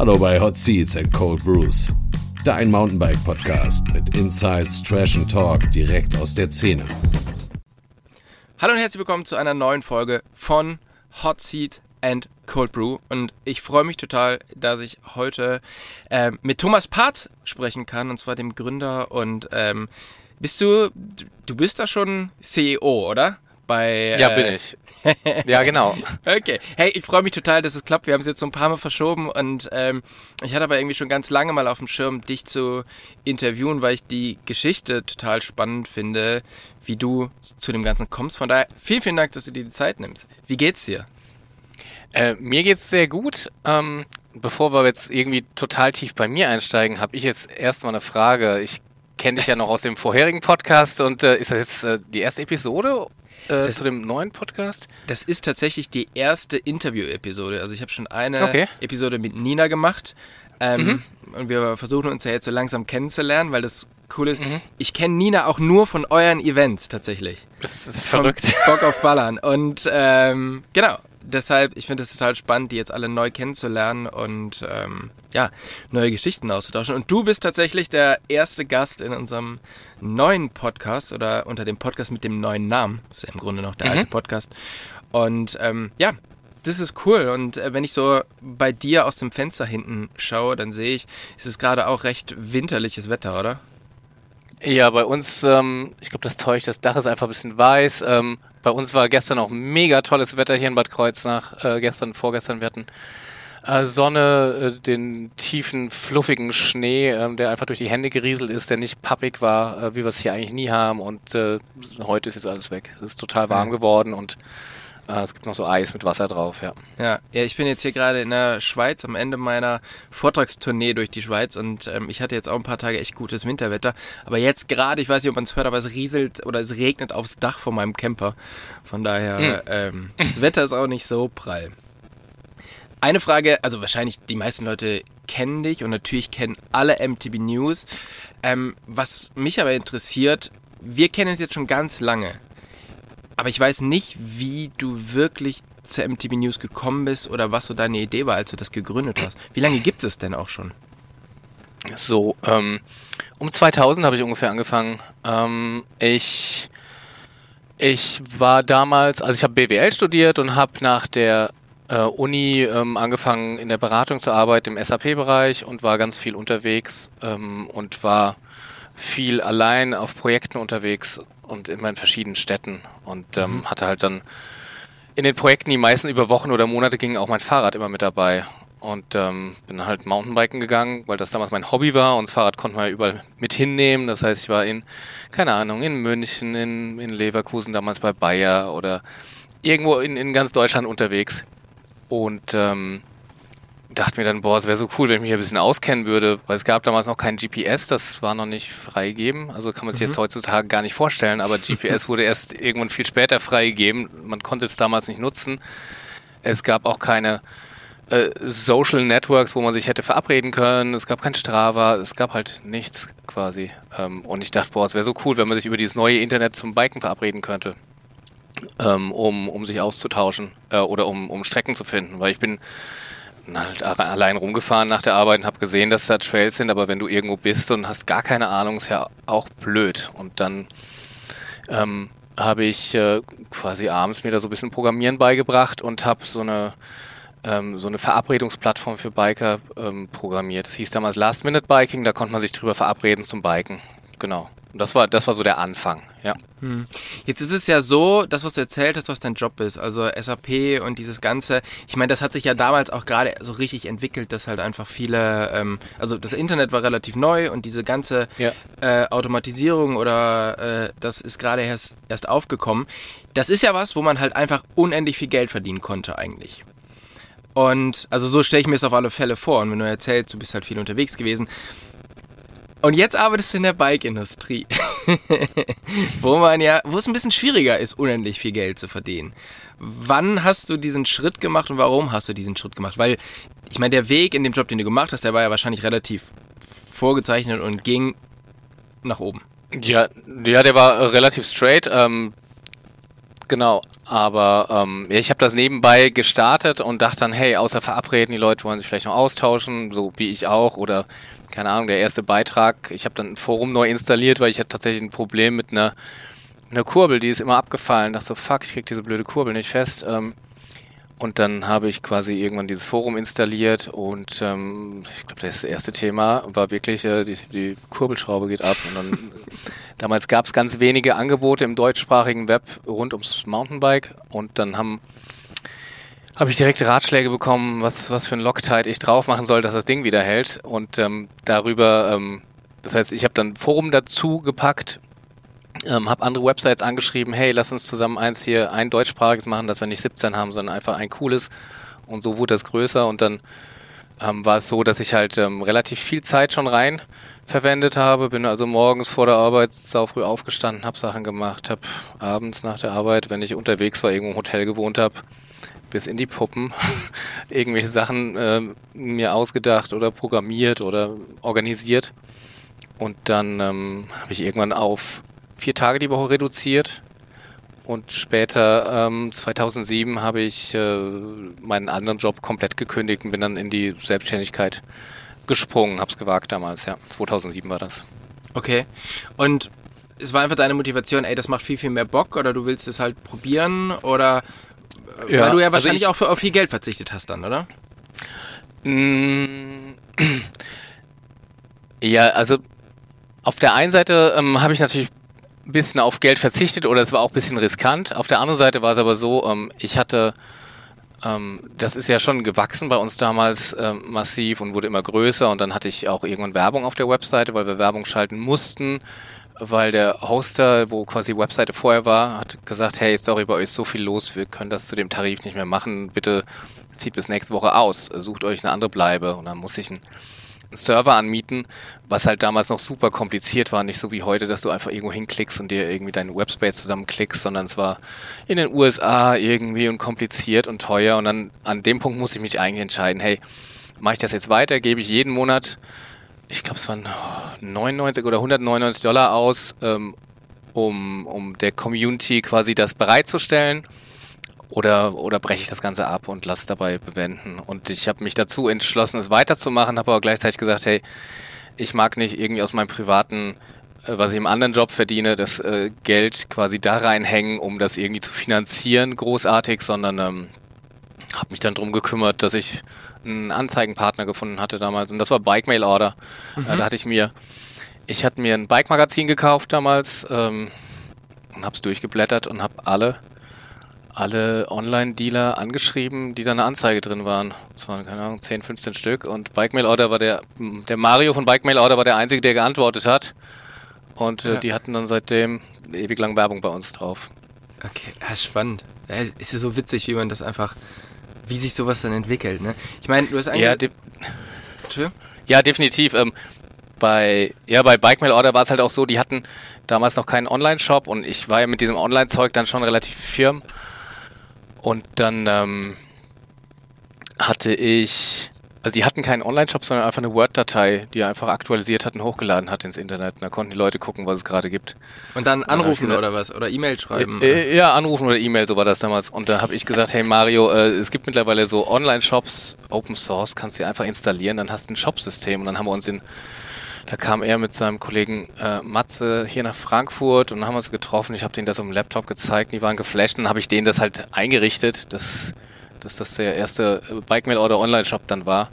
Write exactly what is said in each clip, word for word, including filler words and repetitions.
Hallo bei Hot Seats and Cold Brews, dein Mountainbike-Podcast mit Insights, Trash and Talk direkt aus der Szene. Hallo und herzlich willkommen zu einer neuen Folge von Hot Seat and Cold Brew und ich freue mich total, dass ich heute äh, mit Thomas Parz sprechen kann, und zwar dem Gründer. Und ähm, bist du, du bist da schon C E O, oder? Bei, ja, äh, bin ich. Ja, genau. Okay. Hey, ich freue mich total, dass es klappt. Wir haben es jetzt so ein paar Mal verschoben und ähm, ich hatte aber irgendwie schon ganz lange mal auf dem Schirm, dich zu interviewen, weil ich die Geschichte total spannend finde, wie du zu dem Ganzen kommst. Von daher, vielen, vielen Dank, dass du dir die Zeit nimmst. Wie geht's dir? Äh, mir geht's sehr gut. Ähm, bevor wir jetzt irgendwie total tief bei mir einsteigen, habe ich jetzt erstmal eine Frage. Ich kenne dich ja noch aus dem vorherigen Podcast und äh, ist das jetzt äh, die erste Episode? Äh, zu dem neuen Podcast? Das ist tatsächlich die erste Interview-Episode. Also ich habe schon eine okay. Episode mit Nina gemacht. Ähm, mhm. Und wir versuchen uns ja jetzt so langsam kennenzulernen, weil das cool ist. Mhm. Ich kenne Nina auch nur von euren Events tatsächlich. Das ist verrückt. Von Bock auf Ballern. Und ähm, genau, deshalb, ich finde es total spannend, die jetzt alle neu kennenzulernen und ähm, ja, neue Geschichten auszutauschen. Und du bist tatsächlich der erste Gast in unserem neuen Podcast oder unter dem Podcast mit dem neuen Namen. Das ist ja im Grunde noch der mhm. alte Podcast. Und ähm, ja, das ist cool. Und äh, wenn ich so bei dir aus dem Fenster hinten schaue, dann sehe ich, es ist gerade auch recht winterliches Wetter, oder? Ja, bei uns, ähm, ich glaube, das täuscht, das Dach ist einfach ein bisschen weiß. Ähm, bei uns war gestern auch mega tolles Wetter hier in Bad Kreuznach. Äh, gestern, vorgestern, wir hatten äh, Sonne, äh, den tiefen, fluffigen Schnee, äh, der einfach durch die Hände gerieselt ist, der nicht pappig war, äh, wie wir es hier eigentlich nie haben. Und äh, heute ist jetzt alles weg. Es ist total warm ja. geworden und äh, es gibt noch so Eis mit Wasser drauf, ja. Ja, ja, ich bin jetzt hier gerade in der Schweiz am Ende meiner Vortragstournee durch die Schweiz und ähm, ich hatte jetzt auch ein paar Tage echt gutes Winterwetter. Aber jetzt gerade, ich weiß nicht, ob man es hört, aber es rieselt oder es regnet aufs Dach von meinem Camper. Von daher, mhm. ähm, das Wetter ist auch nicht so prall. Eine Frage, also wahrscheinlich die meisten Leute kennen dich und natürlich kennen alle M T B News. Ähm, was mich aber interessiert, wir kennen uns jetzt schon ganz lange. Aber ich weiß nicht, wie du wirklich zur M T B News gekommen bist oder was so deine Idee war, als du das gegründet hast. Wie lange gibt es denn auch schon? So, ähm, um zweitausend habe ich ungefähr angefangen. Ähm, ich, ich war damals, also ich habe B W L studiert und habe nach der äh, Uni ähm, angefangen in der Beratung zu arbeiten im S A P-Bereich und war ganz viel unterwegs ähm, und war viel allein auf Projekten unterwegs und immer in verschiedenen Städten und ähm, mhm. hatte halt dann in den Projekten, die meisten über Wochen oder Monate gingen, auch mein Fahrrad immer mit dabei und ähm, bin halt Mountainbiken gegangen, weil das damals mein Hobby war und das Fahrrad konnte man ja überall mit hinnehmen. Das heißt, ich war in, keine Ahnung, in München, in, in Leverkusen, damals bei Bayer oder irgendwo in, in ganz Deutschland unterwegs und ähm, dachte mir dann, boah, es wäre so cool, wenn ich mich ein bisschen auskennen würde, weil es gab damals noch kein G P S, das war noch nicht freigegeben, also kann man sich mhm. jetzt heutzutage gar nicht vorstellen, aber G P S wurde erst irgendwann viel später freigegeben, man konnte es damals nicht nutzen. Es gab auch keine äh, Social Networks, wo man sich hätte verabreden können, es gab kein Strava, es gab halt nichts quasi ähm, und ich dachte, boah, es wäre so cool, wenn man sich über dieses neue Internet zum Biken verabreden könnte, ähm, um, um sich auszutauschen äh, oder um, um Strecken zu finden, weil ich bin halt allein rumgefahren nach der Arbeit und habe gesehen, dass da Trails sind, aber wenn du irgendwo bist und hast gar keine Ahnung, ist ja auch blöd. Und dann ähm, habe ich äh, quasi abends mir da so ein bisschen Programmieren beigebracht und habe so eine ähm, so eine Verabredungsplattform für Biker ähm, programmiert. Das hieß damals Last-Minute-Biking, da konnte man sich drüber verabreden zum Biken. Genau. Und das war, das war so der Anfang, ja. Hm. Jetzt ist es ja so, das, was du erzählt hast, was dein Job ist, also S A P und dieses Ganze, ich meine, das hat sich ja damals auch gerade so richtig entwickelt, dass halt einfach viele, ähm, also das Internet war relativ neu und diese ganze ja. äh, Automatisierung oder äh, das ist gerade erst, erst aufgekommen. Das ist ja was, wo man halt einfach unendlich viel Geld verdienen konnte eigentlich. Und also so stelle ich mir es auf alle Fälle vor. Und wenn du erzählst, du bist halt viel unterwegs gewesen. Und jetzt arbeitest du in der Bike-Industrie, wo man ja, wo es ein bisschen schwieriger ist, unendlich viel Geld zu verdienen. Wann hast du diesen Schritt gemacht und warum hast du diesen Schritt gemacht? Weil, ich meine, der Weg in dem Job, den du gemacht hast, der war ja wahrscheinlich relativ vorgezeichnet und ging nach oben. Ja, ja, der war relativ straight. Ähm, genau. Aber ähm, ja, ich habe das nebenbei gestartet und dachte dann, hey, außer verabreden, die Leute wollen sich vielleicht noch austauschen, so wie ich auch. Oder, keine Ahnung, der erste Beitrag. Ich habe dann ein Forum neu installiert, weil ich hatte tatsächlich ein Problem mit einer, einer Kurbel, die ist immer abgefallen. Dachte so, fuck, ich krieg diese blöde Kurbel nicht fest. Ähm, und dann habe ich quasi irgendwann dieses Forum installiert und ähm, ich glaube, das erste Thema war wirklich, äh, die, die Kurbelschraube geht ab. Und dann damals gab es ganz wenige Angebote im deutschsprachigen Web rund ums Mountainbike und dann haben habe ich direkt Ratschläge bekommen, was, was für ein Loctite ich drauf machen soll, dass das Ding wieder hält. Und ähm, darüber, ähm, das heißt, ich habe dann ein Forum dazu gepackt, ähm, habe andere Websites angeschrieben, hey, lass uns zusammen eins hier, ein deutschsprachiges machen, dass wir nicht siebzehn haben, sondern einfach ein cooles. Und so wurde das größer und dann ähm, war es so, dass ich halt ähm, relativ viel Zeit schon rein verwendet habe, bin also morgens vor der Arbeit sau früh aufgestanden, habe Sachen gemacht, habe abends nach der Arbeit, wenn ich unterwegs war, irgendwo im Hotel gewohnt habe, bis in die Puppen irgendwelche Sachen äh, mir ausgedacht oder programmiert oder organisiert und dann ähm, habe ich irgendwann auf vier Tage die Woche reduziert und später ähm, zweitausendsieben habe ich äh, meinen anderen Job komplett gekündigt und bin dann in die Selbstständigkeit gesprungen, hab's gewagt damals, ja. zweitausendsieben war das. Okay. Und es war einfach deine Motivation, ey, das macht viel, viel mehr Bock oder du willst es halt probieren oder ja, weil du ja wahrscheinlich also auch für, auf viel Geld verzichtet hast dann, oder? Ja, also auf der einen Seite ähm, habe ich natürlich ein bisschen auf Geld verzichtet oder es war auch ein bisschen riskant. Auf der anderen Seite war es aber so, ähm, ich hatte Ähm, das ist ja schon gewachsen bei uns damals ähm, massiv und wurde immer größer und dann hatte ich auch irgendwann Werbung auf der Webseite, weil wir Werbung schalten mussten, weil der Hoster, wo quasi die Webseite vorher war, hat gesagt, hey, sorry, bei euch ist so viel los, wir können das zu dem Tarif nicht mehr machen, bitte zieht bis nächste Woche aus, sucht euch eine andere Bleibe und dann musste ich einen Server anmieten, was halt damals noch super kompliziert war, nicht so wie heute, dass du einfach irgendwo hinklickst und dir irgendwie deinen Webspace zusammenklickst, sondern es war in den U S A irgendwie und kompliziert und teuer und dann an dem Punkt musste ich mich eigentlich entscheiden, hey, mache ich das jetzt weiter, gebe ich jeden Monat, ich glaube es waren neunundneunzig oder hundertneunundneunzig Dollar aus, ähm, um, um der Community quasi das bereitzustellen. Oder, oder breche ich das Ganze ab und lasse es dabei bewenden. Und ich habe mich dazu entschlossen, es weiterzumachen, habe aber gleichzeitig gesagt, hey, ich mag nicht irgendwie aus meinem privaten, äh, was ich im anderen Job verdiene, das äh, Geld quasi da reinhängen, um das irgendwie zu finanzieren, großartig, sondern ähm, habe mich dann drum gekümmert, dass ich einen Anzeigenpartner gefunden hatte damals. Und das war Bike Mail Order. Mhm. Äh, da hatte ich mir, ich hatte mir ein Bike-Magazin gekauft damals ähm, und habe es durchgeblättert und habe alle alle Online-Dealer angeschrieben, die da eine Anzeige drin waren. Das waren, keine Ahnung, zehn, fünfzehn Stück. Und Bike Mail Order war der, der Mario von Bike Mail Order war der Einzige, der geantwortet hat. Und äh, ja. die hatten dann seitdem ewig lang Werbung bei uns drauf. Okay, ja, spannend. Ja, ist ja so witzig, wie man das einfach, wie sich sowas dann entwickelt, ne? Ich meine, du hast eigentlich... Ja, de- ja definitiv. Ähm, bei, ja, bei Bike Mail Order war es halt auch so, die hatten damals noch keinen Online-Shop und ich war ja mit diesem Online-Zeug dann schon relativ firm. Und dann ähm, hatte ich, also die hatten keinen Online-Shop, sondern einfach eine Word-Datei, die er einfach aktualisiert hat und hochgeladen hat ins Internet. Und da konnten die Leute gucken, was es gerade gibt. Und dann anrufen gesagt, oder was? Oder E-Mail schreiben? Äh, ja, anrufen oder E-Mail, so war das damals. Und da habe ich gesagt, hey Mario, äh, es gibt mittlerweile so Online-Shops, Open Source, kannst du einfach installieren, dann hast du ein Shop-System. Und dann haben wir uns in, da kam er mit seinem Kollegen äh, Matze hier nach Frankfurt und dann haben wir uns getroffen. Ich habe denen das auf dem Laptop gezeigt, die waren geflasht und dann habe ich denen das halt eingerichtet, dass, dass das der erste Bike Mail Order Online-Shop dann war.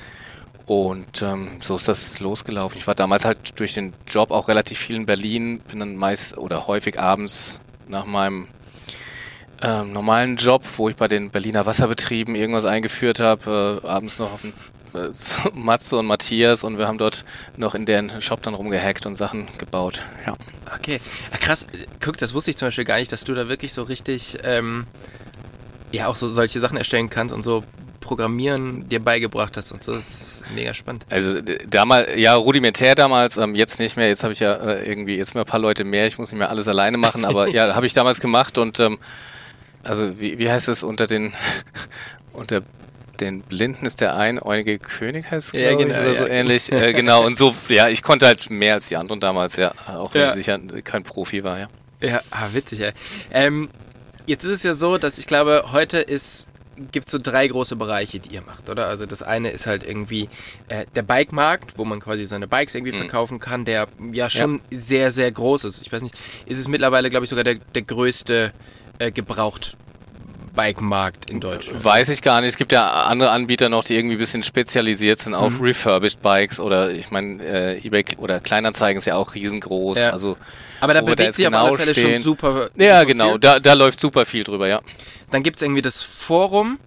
Und ähm, so ist das losgelaufen. Ich war damals halt durch den Job auch relativ viel in Berlin, bin dann meist oder häufig abends nach meinem ähm, normalen Job, wo ich bei den Berliner Wasserbetrieben irgendwas eingeführt habe, äh, abends noch auf den äh, Matze und Matthias und wir haben dort noch in deren Shop dann rumgehackt und Sachen gebaut. Ja. Okay, ja, krass. Guck, das wusste ich zum Beispiel gar nicht, dass du da wirklich so richtig ähm, ja auch so solche Sachen erstellen kannst und so Programmieren dir beigebracht hast und so. Das ist mega spannend. Also damals, ja, rudimentär damals, ähm, jetzt nicht mehr. Jetzt habe ich ja äh, irgendwie, jetzt mal ein paar Leute mehr. Ich muss nicht mehr alles alleine machen, aber ja, habe ich damals gemacht und ähm, also wie, wie heißt es unter den unter den Blinden ist der einäugige König, heißt es, ja, genau, oder ja. so ähnlich. Äh, genau, und so, ja, ich konnte halt mehr als die anderen damals, ja, auch wenn ja. ich sicher kein Profi war, ja. Ja, ah, witzig, ey. Ähm, Jetzt ist es ja so, dass ich glaube, heute ist gibt es so drei große Bereiche, die ihr macht, oder? Also das eine ist halt irgendwie äh, der Bikemarkt, wo man quasi seine Bikes irgendwie mhm. verkaufen kann, der ja schon ja. sehr, sehr groß ist. Ich weiß nicht, ist es mittlerweile, glaube ich, sogar der, der größte äh, gebraucht Bikemarkt in Deutschland? Weiß ich gar nicht. Es gibt ja andere Anbieter noch, die irgendwie ein bisschen spezialisiert sind auf mhm. refurbished Bikes oder ich meine, äh, eBay oder Kleinanzeigen ist ja auch riesengroß. Ja. Also aber da bewegt sich genau auf alle Fälle stehen. schon super. Ja, super genau. Viel. Da, da läuft super viel drüber, ja. Dann gibt es irgendwie das Forum,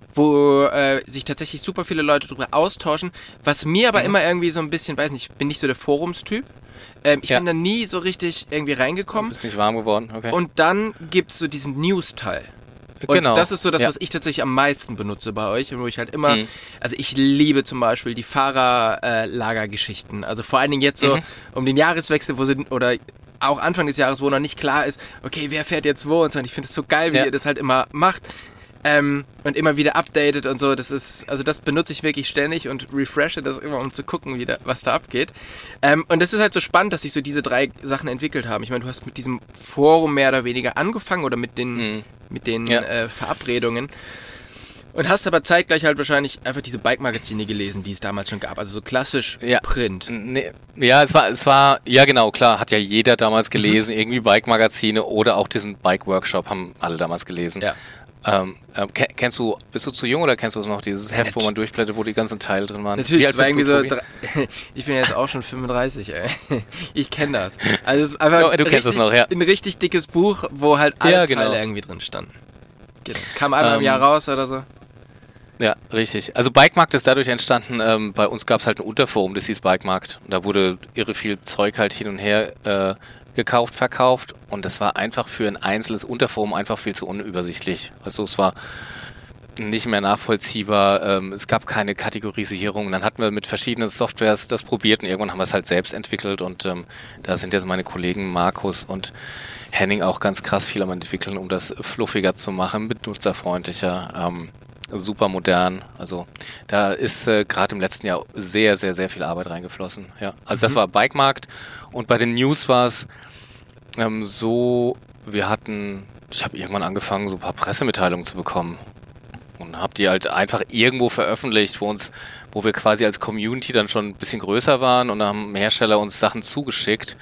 wo äh, sich tatsächlich super viele Leute drüber austauschen. Was mir aber mhm. immer irgendwie so ein bisschen, weiß nicht, ich bin nicht so der Forumstyp. Ähm, ich ja. bin da nie so richtig irgendwie reingekommen. Du bist nicht warm geworden, okay. Und dann gibt es so diesen News-Teil. Und genau. das ist so das, ja. was ich tatsächlich am meisten benutze bei euch, wo ich halt immer, mhm. also ich liebe zum Beispiel die Fahrerlagergeschichten. Äh, also vor allen Dingen jetzt so mhm. um den Jahreswechsel, wo sie, oder auch Anfang des Jahres, wo noch nicht klar ist, okay, wer fährt jetzt wo und so. Und ich finde es so geil, wie ja. ihr das halt immer macht. Ähm, und immer wieder updated und so, das ist, also das benutze ich wirklich ständig und refreshe das immer, um zu gucken, wie da, was da abgeht. Ähm, und das ist halt so spannend, dass sich so diese drei Sachen entwickelt haben. Ich meine, du hast mit diesem Forum mehr oder weniger angefangen oder mit den, mhm. mit den ja. äh, Verabredungen und hast aber zeitgleich halt wahrscheinlich einfach diese Bike-Magazine gelesen, die es damals schon gab, also so klassisch ja. Print. Nee. Ja, es war, es war, ja genau, klar, hat ja jeder damals gelesen, mhm. irgendwie Bike-Magazine oder auch diesen Bike-Workshop haben alle damals gelesen. Ja. Ähm, ähm, kennst du, bist du zu jung oder kennst du es noch, dieses ja, Heft, wo man durchblättert, wo die ganzen Teile drin waren? Natürlich, das war irgendwie so, drei, ich bin jetzt auch schon fünfunddreißig, ey. Ich kenne das. Also es ist einfach du, du kennst richtig, das noch, ja. ein richtig dickes Buch, wo halt alle ja, genau. Teile irgendwie drin standen. Genau. Kam einmal ähm, im Jahr raus oder so. Ja, richtig. Also Bikemarkt ist dadurch entstanden, ähm, bei uns gab es halt ein Unterforum, das hieß Bikemarkt. Da wurde irre viel Zeug halt hin und her äh, gekauft, verkauft und das war einfach für ein einzelnes Unterforum einfach viel zu unübersichtlich. Also es war nicht mehr nachvollziehbar, ähm, es gab keine Kategorisierung. Dann hatten wir mit verschiedenen Softwares das probiert und irgendwann haben wir es halt selbst entwickelt und ähm, da sind jetzt meine Kollegen Markus und Henning auch ganz krass viel am entwickeln, um das fluffiger zu machen, benutzerfreundlicher, ähm, super modern. Also da ist äh, gerade im letzten Jahr sehr, sehr, sehr viel Arbeit reingeflossen. Ja, also das Mhm. war Bikemarkt und bei den News war es ähm, so, wir hatten, ich habe irgendwann angefangen, so ein paar Pressemitteilungen zu bekommen und habe die halt einfach irgendwo veröffentlicht, wo uns, wo wir quasi als Community dann schon ein bisschen größer waren und dann haben Hersteller uns Sachen zugeschickt,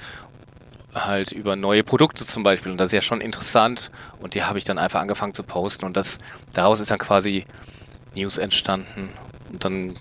halt über neue Produkte zum Beispiel und das ist ja schon interessant und die habe ich dann einfach angefangen zu posten und das daraus ist dann quasi News entstanden und dann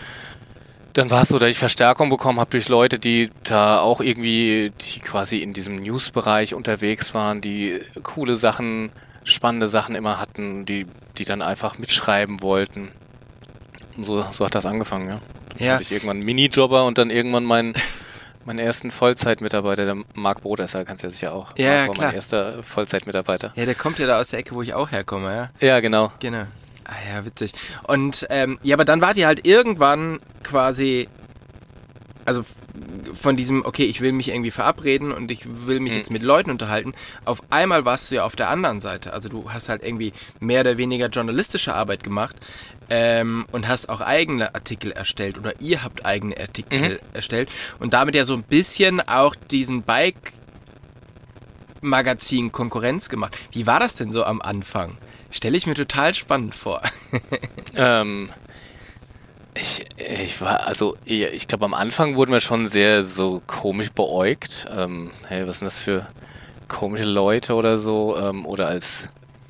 dann war es so, dass ich Verstärkung bekommen habe durch Leute, die da auch irgendwie, die quasi in diesem News-Bereich unterwegs waren, die coole Sachen, spannende Sachen immer hatten, die die dann einfach mitschreiben wollten und so, so hat das angefangen, ja. Dann Ja. hatte ich irgendwann einen Minijobber und dann irgendwann meinen meinen ersten Vollzeitmitarbeiter, der Marc Brotesser, kannst du ja sicher auch. Ja, ja, Marc war klar. mein erster Vollzeitmitarbeiter. Ja, der kommt ja da aus der Ecke, wo ich auch herkomme, ja. Ja, genau. Genau. Ah ja, witzig. Und, ähm, ja, aber dann wart ihr halt irgendwann quasi, also f- von diesem, okay, ich will mich irgendwie verabreden und ich will mich Mhm. jetzt mit Leuten unterhalten, auf einmal warst du ja auf der anderen Seite. Also du hast halt irgendwie mehr oder weniger journalistische Arbeit gemacht ähm, und hast auch eigene Artikel erstellt oder ihr habt eigene Artikel Mhm. erstellt und damit ja so ein bisschen auch diesen Bike-Magazin Konkurrenz gemacht. Wie war das denn so am Anfang? Stelle ich mir total spannend vor. Ähm, ich, ich war, also ich, ich glaube am Anfang wurden wir schon sehr so komisch beäugt. Ähm, hey, was sind das für komische Leute oder so? Ähm, oder als,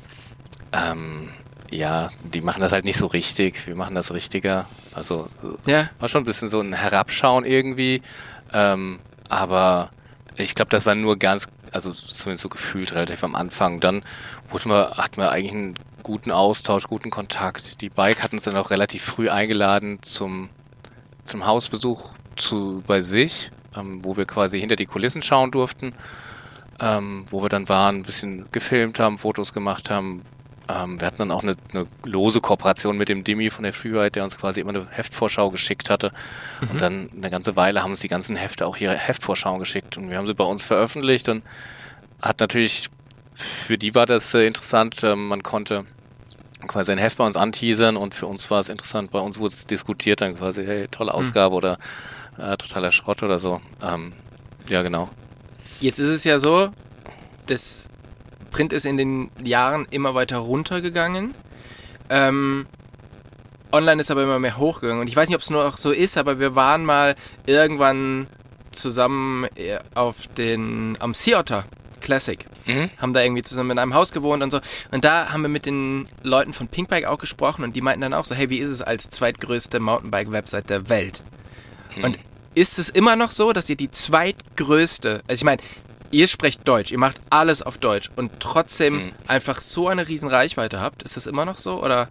ähm, ja, die machen das halt nicht so richtig. Wir machen das richtiger. Also Ja. war schon ein bisschen so ein Herabschauen irgendwie. Ähm, aber ich glaube, das war nur ganz, also zumindest so gefühlt relativ am Anfang. Dann wurden wir, hatten wir eigentlich einen guten Austausch, guten Kontakt. Die Bike hatten uns dann auch relativ früh eingeladen zum, zum Hausbesuch zu, bei sich, ähm, wo wir quasi hinter die Kulissen schauen durften, ähm, wo wir dann waren, ein bisschen gefilmt haben, Fotos gemacht haben. Ähm, wir hatten dann auch eine, eine lose Kooperation mit dem Dimi von der Freeride, der uns quasi immer eine Heftvorschau geschickt hatte. Mhm. Und dann eine ganze Weile haben uns die ganzen Hefte auch ihre Heftvorschauen geschickt und wir haben sie bei uns veröffentlicht und hat natürlich, für die war das äh, interessant, ähm, man konnte quasi ein Heft bei uns anteasern und für uns war es interessant, bei uns wurde es diskutiert dann quasi, hey, tolle Ausgabe mhm. oder äh, totaler Schrott oder so. Ähm, ja, genau. Jetzt ist es ja so, das Print ist in den Jahren immer weiter runtergegangen. Ähm, online ist aber immer mehr hochgegangen. Und ich weiß nicht, ob es nur auch so ist, aber wir waren mal irgendwann zusammen auf den, am Sea Otter Classic. Mhm. Haben da irgendwie zusammen in einem Haus gewohnt und so. Und da haben wir mit den Leuten von Pinkbike auch gesprochen und die meinten dann auch so, hey, wie ist es als zweitgrößte Mountainbike-Website der Welt? Mhm. Und ist es immer noch so, dass ihr die zweitgrößte, also ich meine, ihr sprecht Deutsch, ihr macht alles auf Deutsch und trotzdem mhm. einfach so eine riesen Reichweite habt? Ist das immer noch so, oder?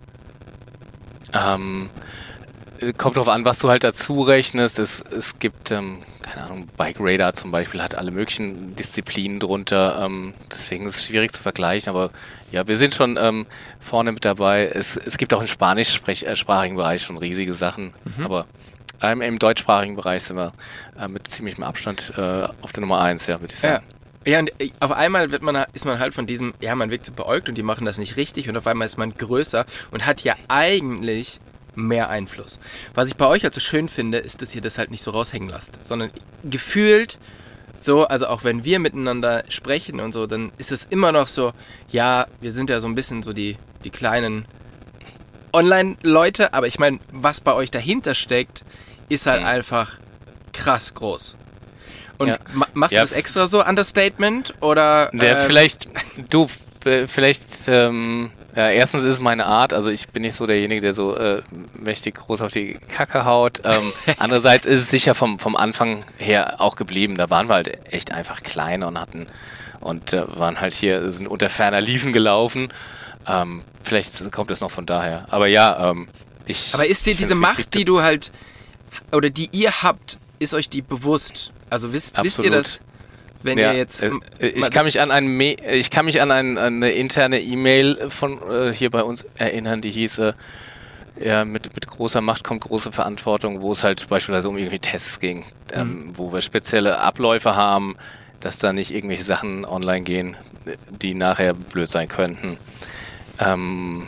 Ähm, kommt drauf an, was du halt dazu rechnest. Es, es gibt, ähm, keine Ahnung, Bike Radar zum Beispiel hat alle möglichen Disziplinen drunter. Ähm, deswegen ist es schwierig zu vergleichen, aber ja, wir sind schon ähm, vorne mit dabei. Es, es gibt auch im spanischsprachigen Bereich schon riesige Sachen, mhm. aber ähm, im deutschsprachigen Bereich sind wir äh, mit ziemlichem Abstand äh, auf der Nummer eins, ja, würde ich sagen. Ja. Ja, und auf einmal wird man, ist man halt von diesem, ja, man wirkt so beäugt und die machen das nicht richtig und auf einmal ist man größer und hat ja eigentlich mehr Einfluss. Was ich bei euch halt so schön finde, ist, dass ihr das halt nicht so raushängen lasst, sondern gefühlt so, also auch wenn wir miteinander sprechen und so, dann ist es immer noch so, ja, wir sind ja so ein bisschen so die, die kleinen Online-Leute, aber ich meine, was bei euch dahinter steckt, ist halt mhm. einfach krass groß. Und ja. ma- machst ja. du das extra so, Understatement, oder? Ja, ähm, vielleicht, du, vielleicht, ähm, ja, erstens ist es meine Art, also ich bin nicht so derjenige, der so äh, mächtig groß auf die Kacke haut. Ähm, andererseits ist es sicher vom, vom Anfang her auch geblieben. Da waren wir halt echt einfach klein und hatten, und äh, waren halt hier, sind unter ferner Liefen gelaufen. Ähm, vielleicht kommt es noch von daher. Aber ja, ähm, ich... Aber ist dir diese Macht, die du halt, oder die ihr habt, ist euch die bewusst? Also wisst, wisst ihr das, wenn ja, ihr jetzt... Äh, ich kann mich an, ein Me- ich kann mich an, ein, an eine interne E-Mail von äh, hier bei uns erinnern, die hieß, äh, ja, mit, mit großer Macht kommt große Verantwortung, wo es halt beispielsweise um irgendwie Tests ging, ähm, mhm. wo wir spezielle Abläufe haben, dass da nicht irgendwelche Sachen online gehen, die nachher blöd sein könnten. Ähm,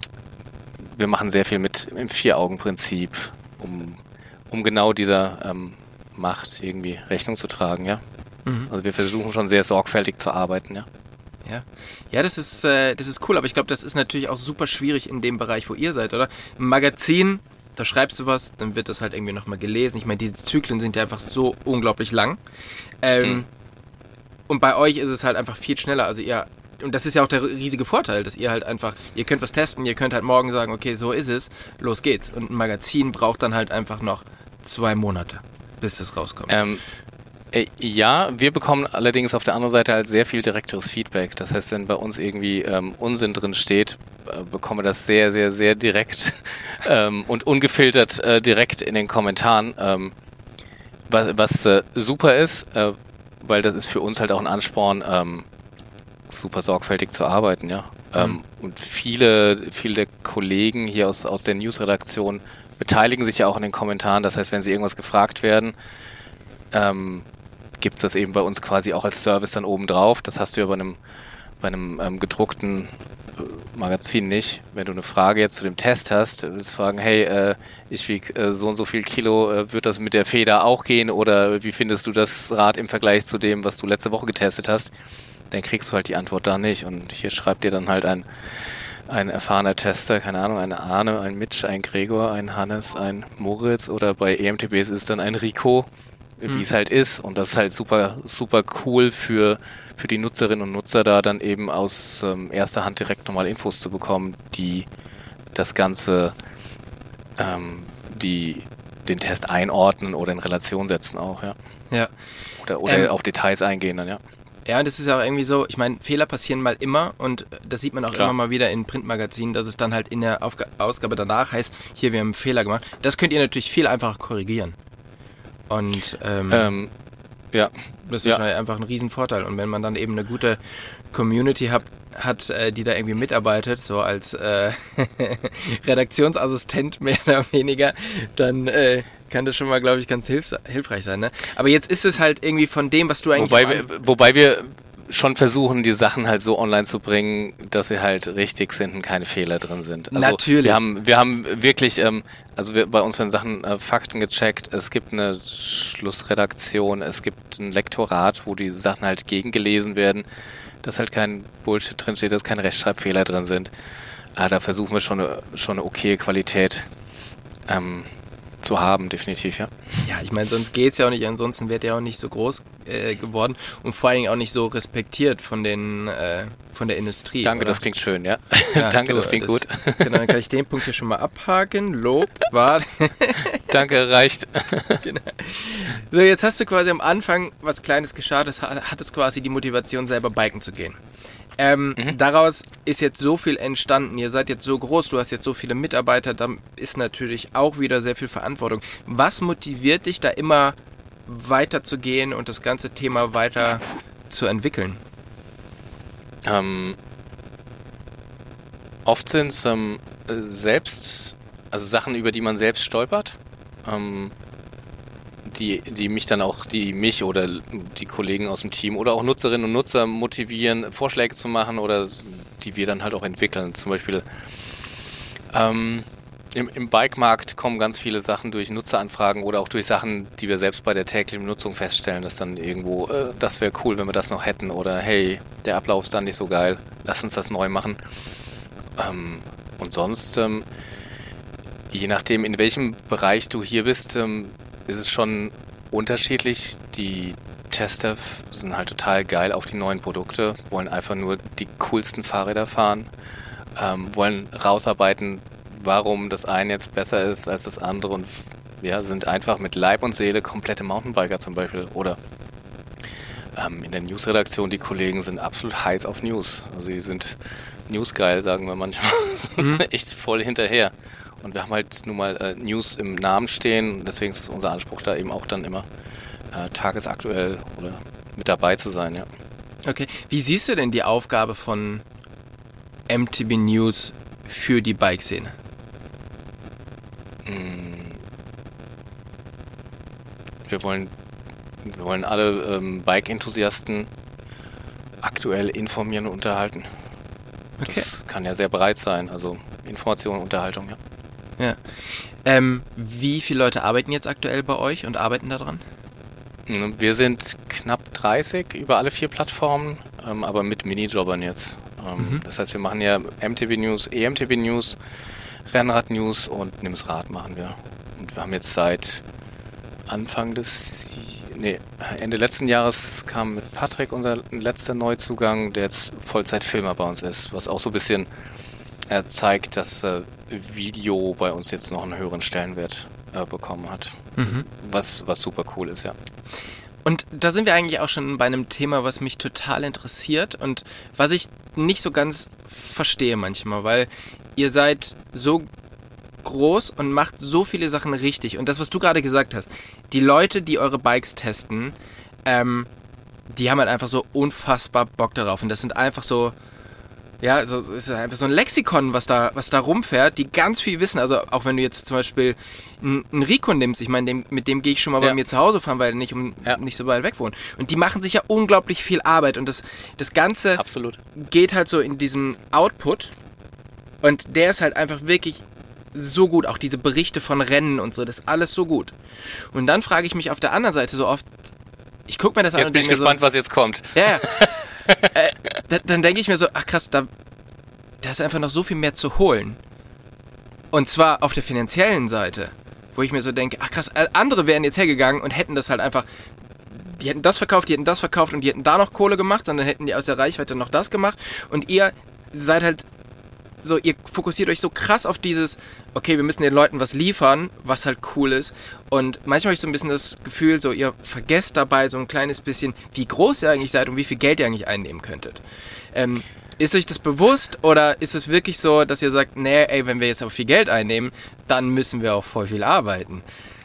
wir machen sehr viel mit im Vier-Augen-Prinzip, um, um genau dieser... Ähm, Macht irgendwie Rechnung zu tragen, ja. Mhm. Also wir versuchen schon sehr sorgfältig zu arbeiten, ja. Ja, ja, das ist, äh, das ist cool, aber ich glaube, das ist natürlich auch super schwierig in dem Bereich, wo ihr seid, oder? Im Magazin, da schreibst du was, dann wird das halt irgendwie nochmal gelesen. Ich meine, diese Zyklen sind ja einfach so unglaublich lang. Ähm, mhm. Und bei euch ist es halt einfach viel schneller. Also ihr, und das ist ja auch der riesige Vorteil, dass ihr halt einfach, ihr könnt was testen, ihr könnt halt morgen sagen, okay, so ist es, los geht's. Und ein Magazin braucht dann halt einfach noch zwei Monate. Bis das rauskommt. Ähm, äh, ja, wir bekommen allerdings auf der anderen Seite halt sehr viel direkteres Feedback. Das heißt, wenn bei uns irgendwie ähm, Unsinn drin steht, äh, bekommen wir das sehr, sehr, sehr direkt ähm, und ungefiltert äh, direkt in den Kommentaren. Ähm, was was äh, super ist, äh, weil das ist für uns halt auch ein Ansporn, ähm, super sorgfältig zu arbeiten, ja. Mhm. Ähm, und viele, viele der Kollegen hier aus, aus der News-Redaktion beteiligen sich ja auch in den Kommentaren. Das heißt, wenn sie irgendwas gefragt werden, ähm, gibt es das eben bei uns quasi auch als Service dann oben drauf. Das hast du ja bei einem, bei einem ähm, gedruckten äh, Magazin nicht. Wenn du eine Frage jetzt zu dem Test hast, willst du fragen, hey, äh, ich wiege äh, so und so viel Kilo, äh, wird das mit der Feder auch gehen? Oder wie findest du das Rad im Vergleich zu dem, was du letzte Woche getestet hast? Dann kriegst du halt die Antwort da nicht. Und hier schreibt dir dann halt ein ein erfahrener Tester, keine Ahnung, ein Arne, ein Mitch, ein Gregor, ein Hannes, ein Moritz, oder bei E M T B ist es dann ein Rico, wie mhm. es halt ist. Und das ist halt super, super cool für, für die Nutzerinnen und Nutzer, da dann eben aus ähm, erster Hand direkt nochmal Infos zu bekommen, die das Ganze, ähm, die den Test einordnen oder in Relation setzen auch, ja. Ja. Oder, oder ähm, auf Details eingehen dann, ja. Ja, und das ist ja auch irgendwie so, ich meine, Fehler passieren mal immer und das sieht man auch Klar. immer mal wieder in Printmagazinen, dass es dann halt in der Aufga- Ausgabe danach heißt, hier, wir haben einen Fehler gemacht. Das könnt ihr natürlich viel einfacher korrigieren. Und ähm, ähm, ja. das ist ja. wahrscheinlich einfach ein Riesenvorteil. Und wenn man dann eben eine gute Community hat, hat äh, die da irgendwie mitarbeitet, so als äh, Redaktionsassistent mehr oder weniger, dann äh, kann das schon mal, glaube ich, ganz hilfs- hilfreich sein. Ne? Aber jetzt ist es halt irgendwie von dem, was du eigentlich... Wobei wir, wobei wir schon versuchen, die Sachen halt so online zu bringen, dass sie halt richtig sind und keine Fehler drin sind. Also Natürlich. Wir haben, wir haben wirklich, ähm, also wir, bei uns werden Sachen, äh, Fakten gecheckt, es gibt eine Schlussredaktion, es gibt ein Lektorat, wo die Sachen halt gegengelesen werden. dass halt kein Bullshit drinsteht, dass keine Rechtschreibfehler drin sind. Äh, da versuchen wir schon eine, schon eine okaye Qualität ähm, zu haben, definitiv, ja. Ja, ich meine, sonst geht's ja auch nicht, ansonsten wird ja auch nicht so groß äh, geworden und vor allen Dingen auch nicht so respektiert von den äh, von der Industrie. Danke, oder? Das klingt schön, ja. ja Danke, genau, das klingt das, gut. Genau, dann kann ich den Punkt hier schon mal abhaken. Lob, war. Danke, reicht. Genau. So, jetzt hast du quasi am Anfang was Kleines gestartet, hattest quasi die Motivation, selber biken zu gehen. Ähm, mhm. Daraus ist jetzt so viel entstanden, ihr seid jetzt so groß, du hast jetzt so viele Mitarbeiter, da ist natürlich auch wieder sehr viel Verantwortung. Was motiviert dich da immer weiterzugehen und das ganze Thema weiter zu entwickeln? Ähm, oft sind es ähm, selbst, also Sachen, über die man selbst stolpert, ähm, die, die mich dann auch, die mich oder die Kollegen aus dem Team oder auch Nutzerinnen und Nutzer motivieren, Vorschläge zu machen oder die wir dann halt auch entwickeln. Zum Beispiel ähm, im, im Bike-Markt kommen ganz viele Sachen durch Nutzeranfragen oder auch durch Sachen, die wir selbst bei der täglichen Nutzung feststellen, dass dann irgendwo, äh, das wäre cool, wenn wir das noch hätten oder hey, der Ablauf ist dann nicht so geil, lass uns das neu machen. Ähm, und sonst, ähm, je nachdem, in welchem Bereich du hier bist, ähm, ist es schon unterschiedlich. Die Tester sind halt total geil auf die neuen Produkte, wollen einfach nur die coolsten Fahrräder fahren, ähm, wollen rausarbeiten, warum das eine jetzt besser ist als das andere und ja, sind einfach mit Leib und Seele komplette Mountainbiker zum Beispiel. Oder ähm, in der Newsredaktion, die Kollegen sind absolut heiß auf News. Also sie sind newsgeil, sagen wir manchmal. Mhm. Echt voll hinterher. Und wir haben halt nun mal äh, News im Namen stehen, deswegen ist es unser Anspruch, da eben auch dann immer äh, tagesaktuell oder mit dabei zu sein, ja. Okay, wie siehst du denn die Aufgabe von M T B News für die Bike-Szene? Wir wollen, wir wollen alle ähm, Bike-Enthusiasten aktuell informieren und unterhalten. Okay. Das kann ja sehr breit sein, also Information und Unterhaltung, ja. Ja. Ähm, wie viele Leute arbeiten jetzt aktuell bei euch und arbeiten daran? Wir sind knapp dreißig über alle vier Plattformen, ähm, aber mit Minijobbern jetzt. Ähm, mhm. Das heißt, wir machen ja M T B News, E M T B News, Rennrad News und Nimmsrad machen wir. Und wir haben jetzt seit Anfang des, nee, Ende letzten Jahres kam mit Patrick unser letzter Neuzugang, der jetzt Vollzeitfilmer bei uns ist, was auch so ein bisschen äh, zeigt, dass äh, Video bei uns jetzt noch einen höheren Stellenwert äh, bekommen hat. Mhm. Was, was super cool ist, ja. Und da sind wir eigentlich auch schon bei einem Thema, was mich total interessiert und was ich nicht so ganz verstehe manchmal, weil ihr seid so groß und macht so viele Sachen richtig. Und das, was du gerade gesagt hast, die Leute, die eure Bikes testen, ähm, die haben halt einfach so unfassbar Bock darauf. Und das sind einfach so, ja, so, es ist einfach so ein Lexikon, was da, was da rumfährt, die ganz viel wissen. Also auch wenn du jetzt zum Beispiel einen Rico nimmst, ich meine, dem, mit dem gehe ich schon mal ja. bei mir zu Hause fahren, weil er nicht, um, ja. nicht so weit weg wohnt. Und die machen sich ja unglaublich viel Arbeit. Und das, das Ganze Absolut. geht halt so in diesen Output. Und der ist halt einfach wirklich so gut. Auch diese Berichte von Rennen und so, das ist alles so gut. Und dann frage ich mich auf der anderen Seite so oft, ich gucke mir das jetzt an und denke mir so... Jetzt bin ich gespannt, so, was jetzt kommt. Ja, äh, da, dann denke ich mir so, ach krass, da, da ist einfach noch so viel mehr zu holen. Und zwar auf der finanziellen Seite, wo ich mir so denke, ach krass, andere wären jetzt hergegangen und hätten das halt einfach, die hätten das verkauft, die hätten das verkauft und die hätten da noch Kohle gemacht und dann hätten die aus der Reichweite noch das gemacht und ihr seid halt so, ihr fokussiert euch so krass auf dieses, okay, wir müssen den Leuten was liefern, was halt cool ist. Und manchmal habe ich so ein bisschen das Gefühl, so ihr vergesst dabei so ein kleines bisschen, wie groß ihr eigentlich seid und wie viel Geld ihr eigentlich einnehmen könntet. Ähm, ist euch das bewusst oder ist es wirklich so, dass ihr sagt, nee, ey, wenn wir jetzt aber viel Geld einnehmen, dann müssen wir auch voll viel arbeiten?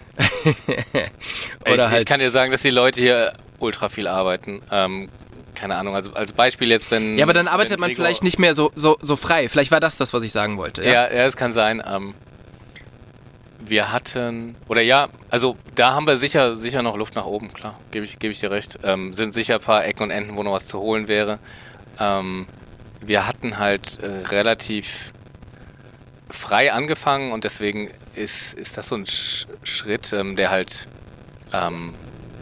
oder ich, halt ich kann dir sagen, dass die Leute hier ultra viel arbeiten. Ähm, keine Ahnung, also als Beispiel jetzt, wenn... Ja, aber dann arbeitet man Gregor vielleicht nicht mehr so, so, so frei. Vielleicht war das das, was ich sagen wollte. Ja, ja, ja, es kann sein. Ähm, wir hatten, oder ja, also da haben wir sicher, sicher noch Luft nach oben, klar, gebe ich, gebe ich dir recht. Ähm, sind sicher ein paar Ecken und Enden, wo noch was zu holen wäre. Ähm, wir hatten halt äh, relativ frei angefangen und deswegen ist, ist das so ein Sch- Schritt, ähm, der halt... Ähm,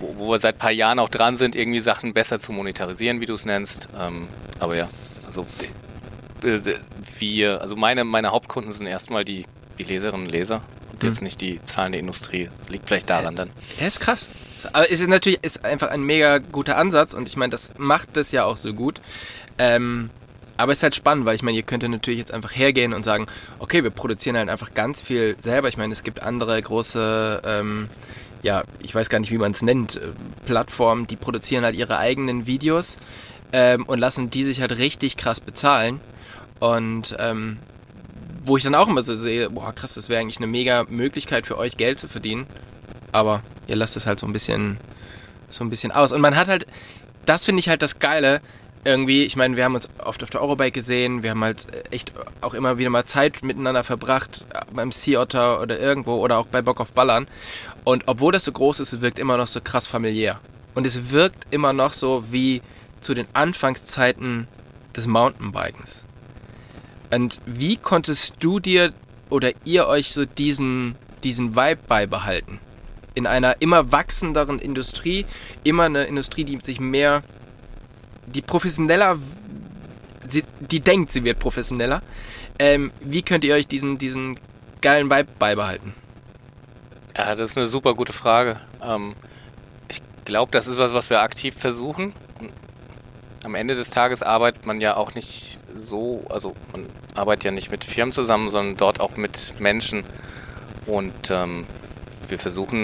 wo, wo wir seit ein paar Jahren auch dran sind, irgendwie Sachen besser zu monetarisieren, wie du es nennst. Ähm, aber ja, also äh, wir, also meine, meine Hauptkunden sind erstmal die, die Leserinnen und Leser und mhm. jetzt nicht die zahlende Industrie. Das liegt vielleicht daran dann. Ja, ist krass. Aber es ist natürlich ist einfach ein mega guter Ansatz und ich meine, das macht das ja auch so gut. Ähm, aber es ist halt spannend, weil ich meine, ihr könnt natürlich jetzt einfach hergehen und sagen, okay, wir produzieren halt einfach ganz viel selber. Ich meine, es gibt andere große, ähm, ja, ich weiß gar nicht, wie man es nennt, äh, Plattformen, die produzieren halt ihre eigenen Videos ähm, und lassen die sich halt richtig krass bezahlen. Und ähm, wo ich dann auch immer so sehe, boah krass, das wäre eigentlich eine mega Möglichkeit für euch, Geld zu verdienen. Aber ihr lasst es halt so ein bisschen, so ein bisschen aus. Und man hat halt, das finde ich halt das Geile, irgendwie, ich meine, wir haben uns oft auf der Eurobike gesehen, wir haben halt echt auch immer wieder mal Zeit miteinander verbracht, beim Sea Otter oder irgendwo oder auch bei Bock auf Ballern. Und obwohl das so groß ist, es wirkt immer noch so krass familiär. Und es wirkt immer noch so wie zu den Anfangszeiten des Mountainbikens. Und wie konntest du dir oder ihr euch so diesen, diesen Vibe beibehalten? In einer immer wachsenderen Industrie, immer eine Industrie, die sich mehr, die professioneller, sie, die denkt, sie wird professioneller. Ähm, wie könnt ihr euch diesen, diesen geilen Vibe beibehalten? Ja, das ist eine super gute Frage. Ähm, ich glaube, das ist was, was wir aktiv versuchen. Am Ende des Tages arbeitet man ja auch nicht so, also man arbeitet ja nicht mit Firmen zusammen, sondern dort auch mit Menschen. Und ähm, wir versuchen,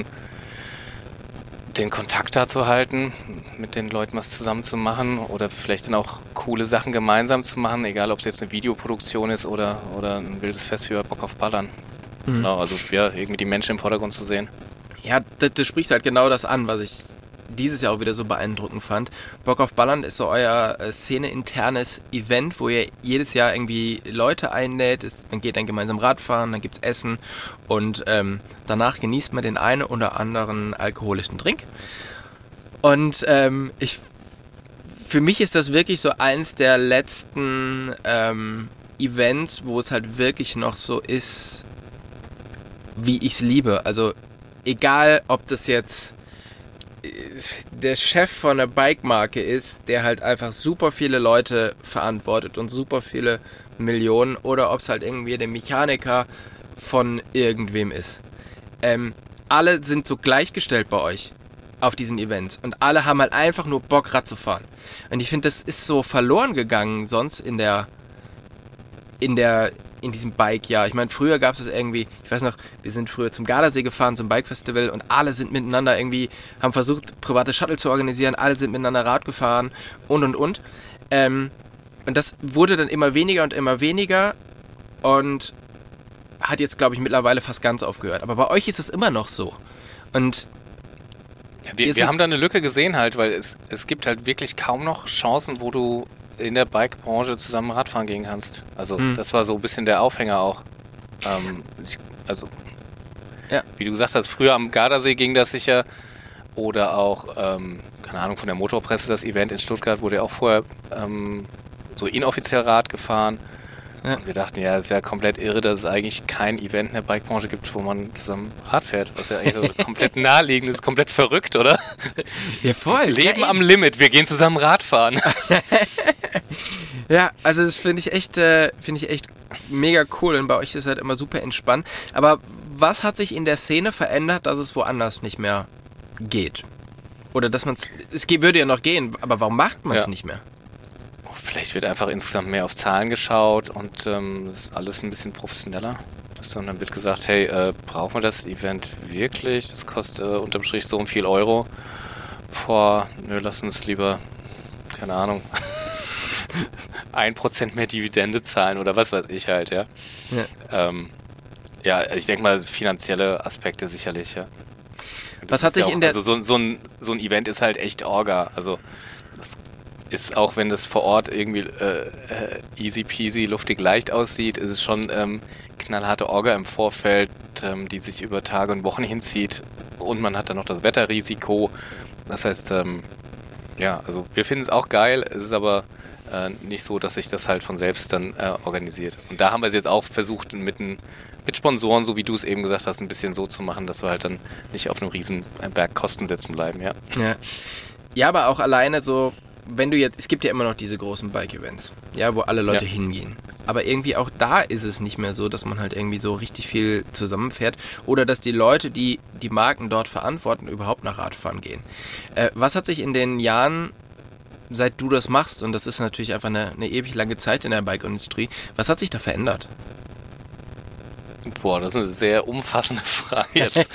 den Kontakt da zu halten, mit den Leuten was zusammen zu machen oder vielleicht dann auch coole Sachen gemeinsam zu machen, egal ob es jetzt eine Videoproduktion ist oder, oder ein wildes Fest für Bock auf Ballern. Mhm. Genau, also ja, irgendwie die Menschen im Vordergrund zu sehen. Ja, du, du sprichst halt genau das an, was ich dieses Jahr auch wieder so beeindruckend fand. Bock auf Ballern ist so euer äh, Szene-internes Event, wo ihr jedes Jahr irgendwie Leute einlädt. Es, man geht dann gemeinsam Radfahren, dann gibt's Essen und ähm, danach genießt man den einen oder anderen alkoholischen Drink. Und ähm, ich, für mich ist das wirklich so eins der letzten ähm, Events, wo es halt wirklich noch so ist, wie ich es liebe. Also egal, ob das jetzt der Chef von einer Bike-Marke ist, der halt einfach super viele Leute verantwortet und super viele Millionen, oder ob es halt irgendwie der Mechaniker von irgendwem ist. Ähm, alle sind so gleichgestellt bei euch auf diesen Events und alle haben halt einfach nur Bock, Rad zu fahren. Und ich finde, das ist so verloren gegangen sonst in der in der in diesem Bike-Jahr. Ich meine, früher gab es das irgendwie, ich weiß noch, wir sind früher zum Gardasee gefahren, zum Bike-Festival und alle sind miteinander irgendwie, haben versucht, private Shuttle zu organisieren, alle sind miteinander Rad gefahren und und und. Ähm, und das wurde dann immer weniger und immer weniger und hat jetzt, glaube ich, mittlerweile fast ganz aufgehört. Aber bei euch ist es immer noch so. Und ja, wir, wir haben da eine Lücke gesehen halt, weil es, es gibt halt wirklich kaum noch Chancen, wo du in der Bike-Branche zusammen Radfahren gehen kannst. Also hm. das war so ein bisschen der Aufhänger auch. Ähm, ich, also, ja. Wie du gesagt hast, früher am Gardasee ging das sicher. Oder auch, ähm, keine Ahnung, von der Motorpresse, das Event in Stuttgart wurde ja auch vorher ähm, so inoffiziell Rad gefahren. Ja. Und wir dachten, ja, es ist ja komplett irre, dass es eigentlich kein Event in der Bike-Branche gibt, wo man zusammen Rad fährt. Was ja eigentlich so komplett naheliegend ist, komplett verrückt, oder? Ja, voll. Leben geil. Am Limit, wir gehen zusammen Radfahren. Ja, also das finde ich echt, äh, finde ich echt mega cool und bei euch ist es halt immer super entspannt. Aber was hat sich in der Szene verändert, dass es woanders nicht mehr geht? Oder dass man es, es würde ja noch gehen, aber warum macht man es ja. nicht mehr? Vielleicht wird einfach insgesamt mehr auf Zahlen geschaut und ähm, es ist alles ein bisschen professioneller. Und dann wird gesagt, hey, äh, brauchen wir das Event wirklich? Das kostet äh, unterm Strich so und viel Euro. Boah, nö, lass uns lieber, keine Ahnung, ein Prozent mehr Dividende zahlen oder was weiß ich halt, ja. Ja, ähm, ja ich denke mal, finanzielle Aspekte sicherlich, ja. Was hat sich ja auch, in der... Also so, so, ein, so ein Event ist halt echt Orga, also das ist auch, wenn das vor Ort irgendwie äh, easy peasy, luftig leicht aussieht, ist es schon ähm, knallharte Orga im Vorfeld, ähm, die sich über Tage und Wochen hinzieht und man hat dann noch das Wetterrisiko. Das heißt, ähm, ja, also wir finden es auch geil, es ist aber äh, nicht so, dass sich das halt von selbst dann äh, organisiert. Und da haben wir es jetzt auch versucht, mit, ein, mit Sponsoren, so wie du es eben gesagt hast, ein bisschen so zu machen, dass wir halt dann nicht auf einem riesen Berg Kosten sitzen bleiben, ja. Ja. Ja, aber auch alleine so, wenn du jetzt, es gibt ja immer noch diese großen Bike-Events, ja, wo alle Leute Ja. hingehen. Aber irgendwie auch da ist es nicht mehr so, dass man halt irgendwie so richtig viel zusammenfährt oder dass die Leute, die die Marken dort verantworten, überhaupt nach Radfahren gehen. Äh, was hat sich in den Jahren, seit du das machst, und das ist natürlich einfach eine, eine ewig lange Zeit in der Bike-Industrie, was hat sich da verändert? Boah, das ist eine sehr umfassende Frage jetzt.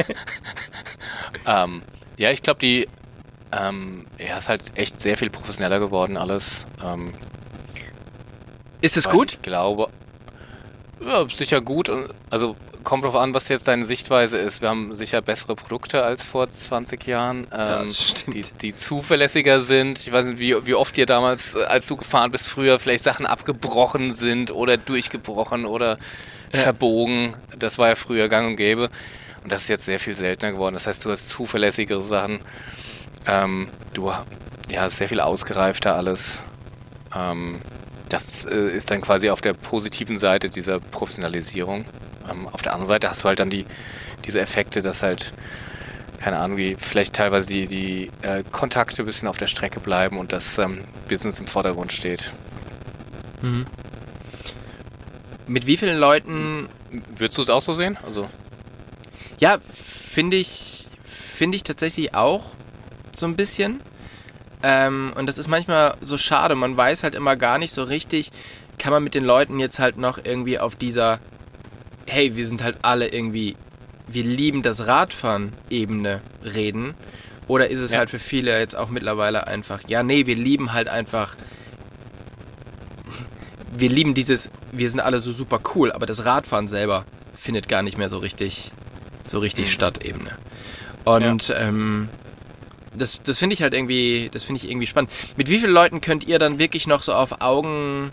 ähm, ja, ich glaube, die ähm, ja, ist halt echt sehr viel professioneller geworden alles. Ähm, Ist es weil gut? Ich glaube, ja, sicher gut. Und, also kommt drauf an, was jetzt deine Sichtweise ist. Wir haben sicher bessere Produkte als vor zwanzig Jahren, ähm, Das stimmt. die, die zuverlässiger sind. Ich weiß nicht, wie, wie oft dir damals, äh, als du gefahren bist früher, vielleicht Sachen abgebrochen sind oder durchgebrochen oder Ja. verbogen. Das war ja früher gang und gäbe. Und das ist jetzt sehr viel seltener geworden. Das heißt, du hast zuverlässigere Sachen. Ähm, du ja, sehr viel ausgereifter alles. Ähm, das äh, ist dann quasi auf der positiven Seite dieser Professionalisierung. Ähm, auf der anderen Seite hast du halt dann die, diese Effekte, dass halt, keine Ahnung, wie vielleicht teilweise die, die äh, Kontakte ein bisschen auf der Strecke bleiben und das ähm, Business im Vordergrund steht. Mhm. Mit wie vielen Leuten... Würdest du es auch so sehen? Also, Ja, finde ich, finde ich tatsächlich auch so ein bisschen. Ähm, und das ist manchmal so schade. Man weiß halt immer gar nicht so richtig, kann man mit den Leuten jetzt halt noch irgendwie auf dieser, hey, wir sind halt alle irgendwie, wir lieben das Radfahren-Ebene reden. Oder ist es Ja. halt für viele jetzt auch mittlerweile einfach, ja, nee, wir lieben halt einfach, wir lieben dieses, wir sind alle so super cool, aber das Radfahren selber findet gar nicht mehr so richtig, so richtig Mhm. statt, Ebene. Und ähm, das, das finde ich halt irgendwie, das finde ich irgendwie spannend. Mit wie vielen Leuten könnt ihr dann wirklich noch so auf Augenhöhe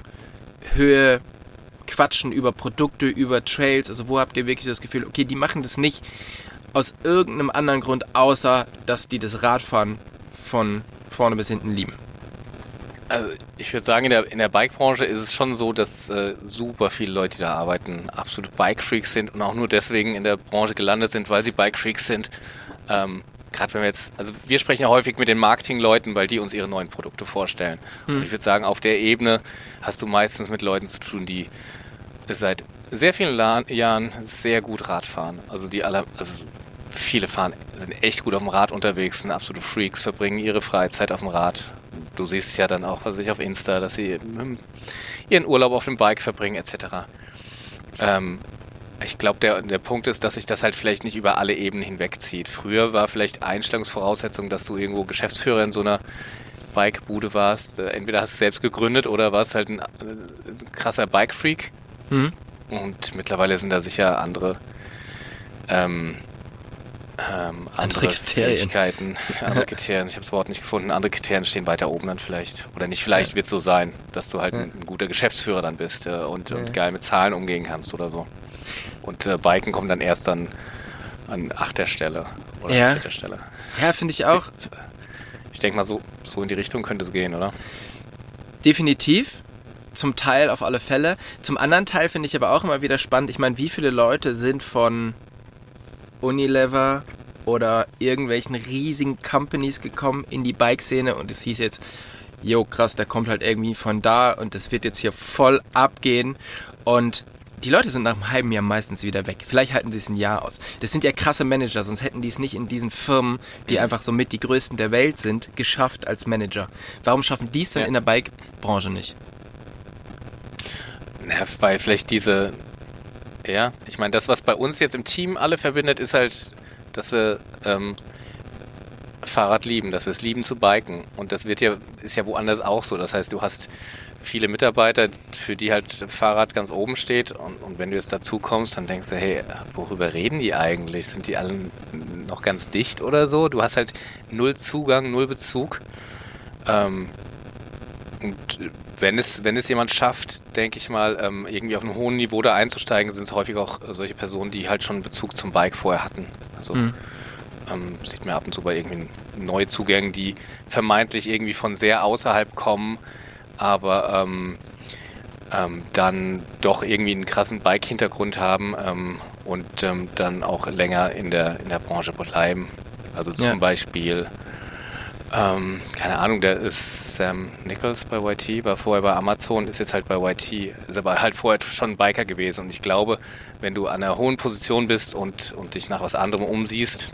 quatschen über Produkte, über Trails? Also wo habt ihr wirklich so das Gefühl, okay, die machen das nicht aus irgendeinem anderen Grund, außer dass die das Radfahren von vorne bis hinten lieben? Also ich würde sagen, in der, in der Bike-Branche ist es schon so, dass äh, super viele Leute, die da arbeiten, absolute Bike-Freaks sind und auch nur deswegen in der Branche gelandet sind, weil sie Bike-Freaks sind. Ähm, Gerade wenn wir jetzt, also wir sprechen ja häufig mit den Marketing-Leuten, weil die uns ihre neuen Produkte vorstellen. Hm. Und ich würde sagen, auf der Ebene hast du meistens mit Leuten zu tun, die seit sehr vielen La- Jahren sehr gut Rad fahren. Also die alle, also viele fahren, sind echt gut auf dem Rad unterwegs, sind absolute Freaks, verbringen ihre Freizeit auf dem Rad. Du siehst es ja dann auch, was ich auf Insta, dass sie ähm, ihren Urlaub auf dem Bike verbringen, et cetera. Ähm, ich glaube, der, der Punkt ist, dass sich das halt vielleicht nicht über alle Ebenen hinwegzieht. Früher war vielleicht Einstellungsvoraussetzung, dass du irgendwo Geschäftsführer in so einer Bikebude warst. Äh, entweder hast du es selbst gegründet oder warst halt ein, äh, ein krasser Bike-Freak. Mhm. Und mittlerweile sind da sicher andere ähm, ähm, andere, Andere Kriterien. Fähigkeiten, andere Kriterien, ich habe das Wort nicht gefunden, andere Kriterien stehen weiter oben dann vielleicht. Oder nicht vielleicht wird es so sein, dass du halt Ja. ein, ein guter Geschäftsführer dann bist äh, und, Ja. und geil mit Zahlen umgehen kannst oder so. Und äh, Biken kommen dann erst dann an achter Stelle oder Ja. an vierter Stelle. Ja, finde ich auch. Ich denke mal, so, so in die Richtung könnte es gehen, oder? Definitiv. Zum Teil auf alle Fälle. Zum anderen Teil finde ich aber auch immer wieder spannend. Ich meine, wie viele Leute sind von Unilever oder irgendwelchen riesigen Companies gekommen in die Bike-Szene und es hieß jetzt, jo krass, der kommt halt irgendwie von da und das wird jetzt hier voll abgehen und die Leute sind nach einem halben Jahr meistens wieder weg. Vielleicht halten sie es ein Jahr aus. Das sind ja krasse Manager, sonst hätten die es nicht in diesen Firmen, die einfach so mit die größten der Welt sind, geschafft als Manager. Warum schaffen die es denn Ja. in der Bike-Branche nicht? Ja, weil vielleicht diese, ja, ich meine, das, was bei uns jetzt im Team alle verbindet, ist halt, dass wir ähm, Fahrrad lieben, dass wir es lieben zu biken. Und das wird ja, ist ja woanders auch so. Das heißt, du hast viele Mitarbeiter, für die halt Fahrrad ganz oben steht. Und, und wenn du jetzt dazu kommst, dann denkst du, hey, worüber reden die eigentlich? Sind die alle noch ganz dicht oder so? Du hast halt null Zugang, null Bezug. Ähm, und wenn es, wenn es jemand schafft, denke ich mal, ähm, irgendwie auf einem hohen Niveau da einzusteigen, sind es häufig auch solche Personen, die halt schon Bezug zum Bike vorher hatten. Also Mhm. ähm, sieht man ab und zu bei irgendwie Neuzugängen, die vermeintlich irgendwie von sehr außerhalb kommen, aber ähm, ähm, dann doch irgendwie einen krassen Bike-Hintergrund haben ähm, und ähm, dann auch länger in der, in der Branche bleiben. Also zum Ja. Beispiel, ähm, keine Ahnung, der ist Sam Nichols bei Y T, war vorher bei Amazon, ist jetzt halt bei Y T, ist aber halt vorher schon ein Biker gewesen. Und ich glaube, wenn du an einer hohen Position bist und, und dich nach was anderem umsiehst,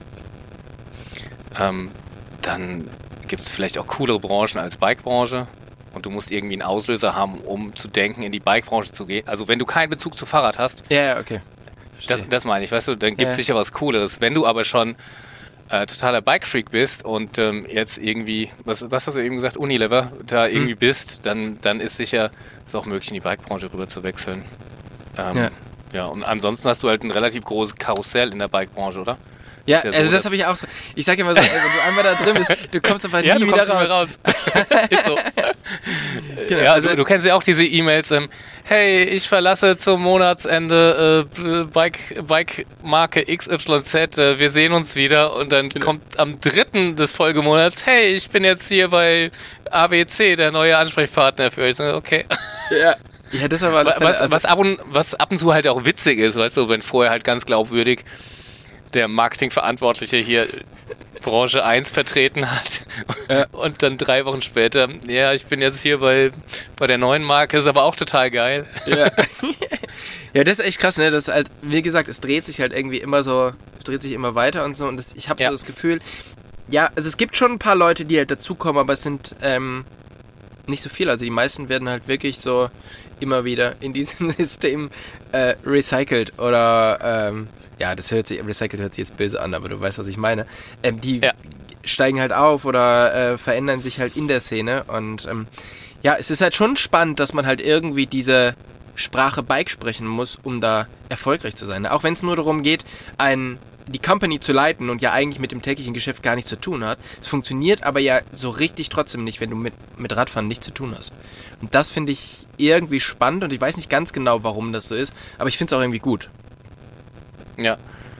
ähm, dann gibt es vielleicht auch coolere Branchen als Bike-Branche. Und du musst irgendwie einen Auslöser haben, um zu denken, in die Bike-Branche zu gehen. Also wenn du keinen Bezug zu Fahrrad hast, Ja, ja, okay. das, das meine ich, weißt du, dann gibt es Ja. sicher was Cooleres. Wenn du aber schon äh, totaler Bike-Freak bist und ähm, jetzt irgendwie, was, was hast du eben gesagt, Unilever, da irgendwie Hm. bist, dann, dann ist sicher, ist auch möglich, in die Bike-Branche rüber zu wechseln. Ähm, Ja. ja, und ansonsten hast du halt ein relativ großes Karussell in der Bike-Branche, oder? Ja, Ist ja so, also das dass- habe ich auch so. Ich sage immer so, ey, wenn du einmal da drin bist, du kommst einfach Ja, nie du wieder kommst raus. nicht mehr raus. Ist so. Genau, Ja, also- du, du kennst ja auch diese E-Mails, ähm, hey, ich verlasse zum Monatsende äh, Bike, Bike-Marke X Y Z, äh, wir sehen uns wieder und dann Genau. kommt am dritten des Folgemonats, hey, ich bin jetzt hier bei A B C, der neue Ansprechpartner für euch. So, okay. Ja. Ja, das war aber Was, was, ab und, was ab und zu halt auch witzig ist, weißt du, wenn vorher halt ganz glaubwürdig der Marketingverantwortliche hier Branche eins vertreten hat Ja. und dann drei Wochen später, ja, ich bin jetzt hier bei, bei der neuen Marke, ist aber auch total geil. Ja. Ja, das ist echt krass, ne? Das ist halt, wie gesagt, es dreht sich halt irgendwie immer so, es dreht sich immer weiter und so. Und das, ich habe Ja. so das Gefühl, ja, also es gibt schon ein paar Leute, die halt dazukommen, aber es sind ähm, nicht so viele. Also die meisten werden halt wirklich so immer wieder in diesem System äh, recycelt oder ähm, ja, das hört sich, recycelt hört sich jetzt böse an, aber du weißt, was ich meine. Ähm, die Ja. steigen halt auf oder äh, verändern sich halt in der Szene und ähm, ja, es ist halt schon spannend, dass man halt irgendwie diese Sprache Bike sprechen muss, um da erfolgreich zu sein. Auch wenn es nur darum geht, ein, die Company zu leiten und ja eigentlich mit dem täglichen Geschäft gar nichts zu tun hat. Es funktioniert aber ja so richtig trotzdem nicht, wenn du mit, mit Radfahren nichts zu tun hast. Und das finde ich irgendwie spannend und ich weiß nicht ganz genau, warum das so ist, aber ich finde es auch irgendwie gut. Ja.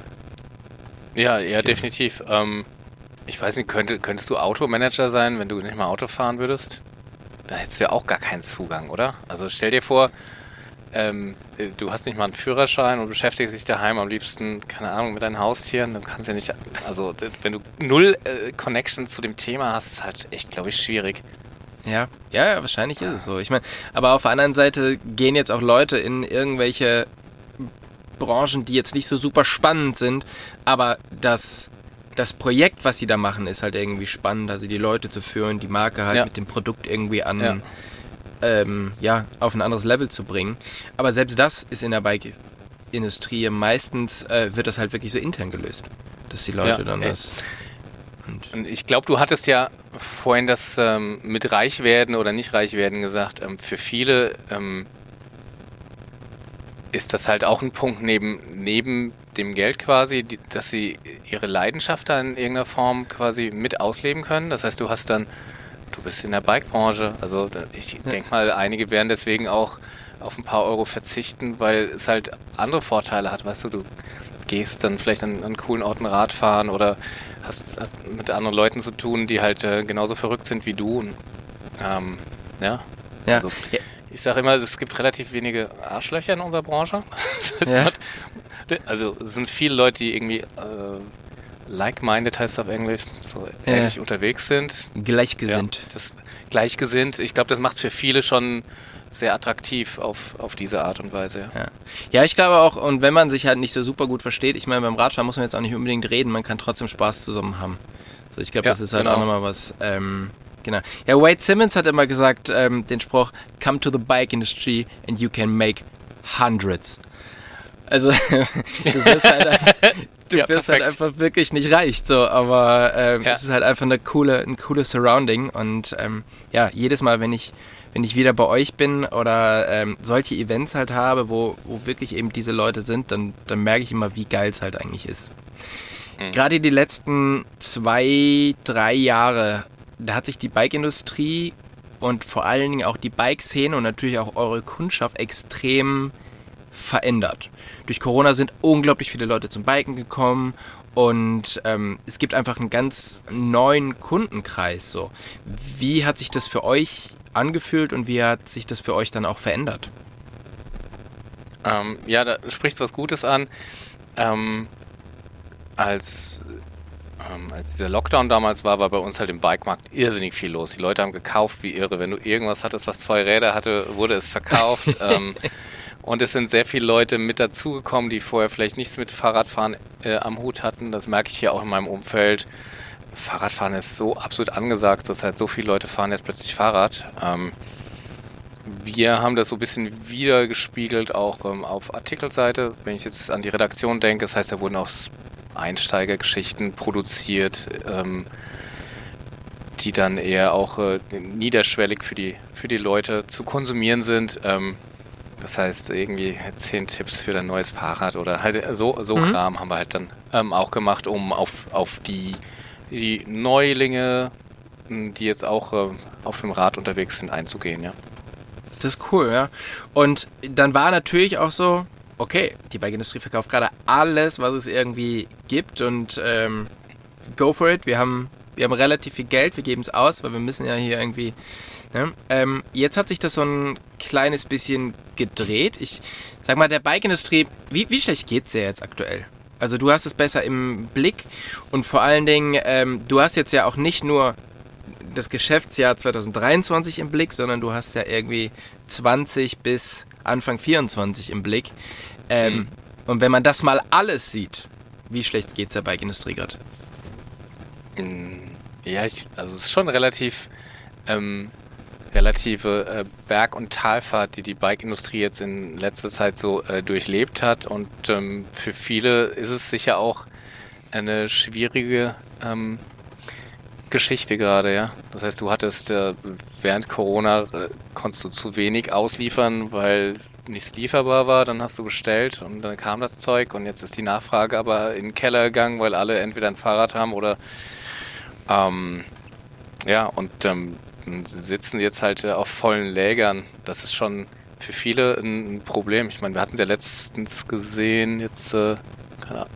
Ja, ja, definitiv. Ähm, ich weiß nicht, könnte, könntest du Automanager sein, wenn du nicht mal Auto fahren würdest? Da hättest du ja auch gar keinen Zugang, oder? Also stell dir vor, ähm, du hast nicht mal einen Führerschein und beschäftigst dich daheim am liebsten, keine Ahnung, mit deinen Haustieren. Du kannst ja nicht, also d- wenn du null äh, Connections zu dem Thema hast, ist halt echt, glaube ich, schwierig. Ja, ja, ja, wahrscheinlich ist es so. Ich meine, aber auf der anderen Seite gehen jetzt auch Leute in irgendwelche Branchen, die jetzt nicht so super spannend sind, aber das, das Projekt, was sie da machen, ist halt irgendwie spannend, also die Leute zu führen, die Marke halt Ja. mit dem Produkt irgendwie an, Ja. ähm, ja, auf ein anderes Level zu bringen. Aber selbst das ist in der Bike-Industrie meistens, äh, wird das halt wirklich so intern gelöst, dass die Leute Ja, dann ey. das... Und, Und ich glaube, du hattest ja vorhin das ähm, mit reich werden oder nicht reich werden gesagt. Ähm, für viele ähm, ist das halt auch ein Punkt neben, neben dem Geld quasi, die, dass sie ihre Leidenschaft da in irgendeiner Form quasi mit ausleben können. Das heißt, du hast dann, du bist in der Bike-Branche, also ich denke mal, einige werden deswegen auch auf ein paar Euro verzichten, weil es halt andere Vorteile hat, weißt du, du gehst dann vielleicht an, an coolen Orten Radfahren oder hast mit anderen Leuten zu tun, die halt äh, genauso verrückt sind wie du. Und, ähm, ja, ja. also ja. ich sage immer, es gibt relativ wenige Arschlöcher in unserer Branche. Das heißt, Ja. not- also es sind viele Leute, die irgendwie äh, like-minded heißt es auf Englisch, so Ja. ähnlich unterwegs sind. Gleichgesinnt. Ja, das gleichgesinnt. Ich glaube, das macht es für viele schon sehr attraktiv auf, auf diese Art und Weise. Ja. Ja. Ja, ich glaube auch, und wenn man sich halt nicht so super gut versteht, ich meine, beim Radfahren muss man jetzt auch nicht unbedingt reden, man kann trotzdem Spaß zusammen haben. So, ich glaube, Ja, das ist halt genau. auch nochmal was, ähm, genau. Ja, Wade Simmons hat immer gesagt, ähm, den Spruch, come to the bike industry and you can make hundreds. Also, du wirst halt einfach, du Ja, wirst halt perfekt. einfach wirklich nicht reich, so, aber ähm, Ja. es ist halt einfach eine coole, ein cooles Surrounding und ähm, ja, jedes Mal, wenn ich wenn ich wieder bei euch bin oder ähm, solche Events halt habe, wo, wo wirklich eben diese Leute sind, dann, dann merke ich immer, wie geil es halt eigentlich ist. Mhm. Gerade die letzten zwei, drei Jahre, da hat sich die Bike-Industrie und vor allen Dingen auch die Bike-Szene und natürlich auch eure Kundschaft extrem verändert. Durch Corona sind unglaublich viele Leute zum Biken gekommen und ähm, es gibt einfach einen ganz neuen Kundenkreis. So. Wie hat sich das für euch angefühlt und wie hat sich das für euch dann auch verändert? Ähm, ja, da sprichst du was Gutes an. Ähm, als, ähm, als dieser Lockdown damals war, war bei uns halt im Bikemarkt irrsinnig viel los. Die Leute haben gekauft wie irre. Wenn du irgendwas hattest, was zwei Räder hatte, wurde es verkauft. ähm, und es sind sehr viele Leute mit dazugekommen, die vorher vielleicht nichts mit Fahrradfahren äh, am Hut hatten. Das merke ich hier auch in meinem Umfeld. Fahrradfahren ist so absolut angesagt. Zurzeit so viele Leute fahren jetzt plötzlich Fahrrad. Ähm, Wir haben das so ein bisschen wiedergespiegelt, auch ähm, auf Artikelseite. Wenn ich jetzt an die Redaktion denke, das heißt, da wurden auch Einsteigergeschichten produziert, ähm, die dann eher auch äh, niederschwellig für die, für die Leute zu konsumieren sind. Ähm, das heißt, irgendwie zehn Tipps für dein neues Fahrrad oder halt so, so mhm. Kram haben wir halt dann ähm, auch gemacht, um auf, auf die, die Neulinge, die jetzt auch äh, auf dem Rad unterwegs sind, einzugehen, ja. Das ist cool, ja. Und dann war natürlich auch so, okay, die Bike-Industrie verkauft gerade alles, was es irgendwie gibt und ähm, go for it. Wir haben, wir haben relativ viel Geld, wir geben es aus, weil wir müssen ja hier irgendwie... Ne? Ähm, jetzt hat sich das so ein kleines bisschen gedreht. Ich sag mal, der Bike-Industrie, wie, wie schlecht geht's dir jetzt aktuell? Also du hast es besser im Blick und vor allen Dingen, ähm, du hast jetzt ja auch nicht nur das Geschäftsjahr zwanzig dreiundzwanzig im Blick, sondern du hast ja irgendwie zwanzig bis Anfang vierundzwanzig im Blick. Ähm, mhm. Und wenn man das mal alles sieht, wie schlecht geht's der Bike-Industrie gerade? Ja, ich, also es ist schon relativ ähm, relative äh, Berg- und Talfahrt, die die Bike-Industrie jetzt in letzter Zeit so äh, durchlebt hat. Und ähm, für viele ist es sicher auch eine schwierige ähm, Geschichte gerade, ja. Das heißt, du hattest äh, während Corona äh, konntest du zu wenig ausliefern, weil nichts lieferbar war, dann hast du bestellt und dann kam das Zeug und jetzt ist die Nachfrage aber in den Keller gegangen, weil alle entweder ein Fahrrad haben oder ähm, ja, und ähm, sitzen jetzt halt äh, auf vollen Lägern. Das ist schon für viele ein, ein Problem. Ich meine, wir hatten es ja letztens gesehen, jetzt äh, keine Ahnung,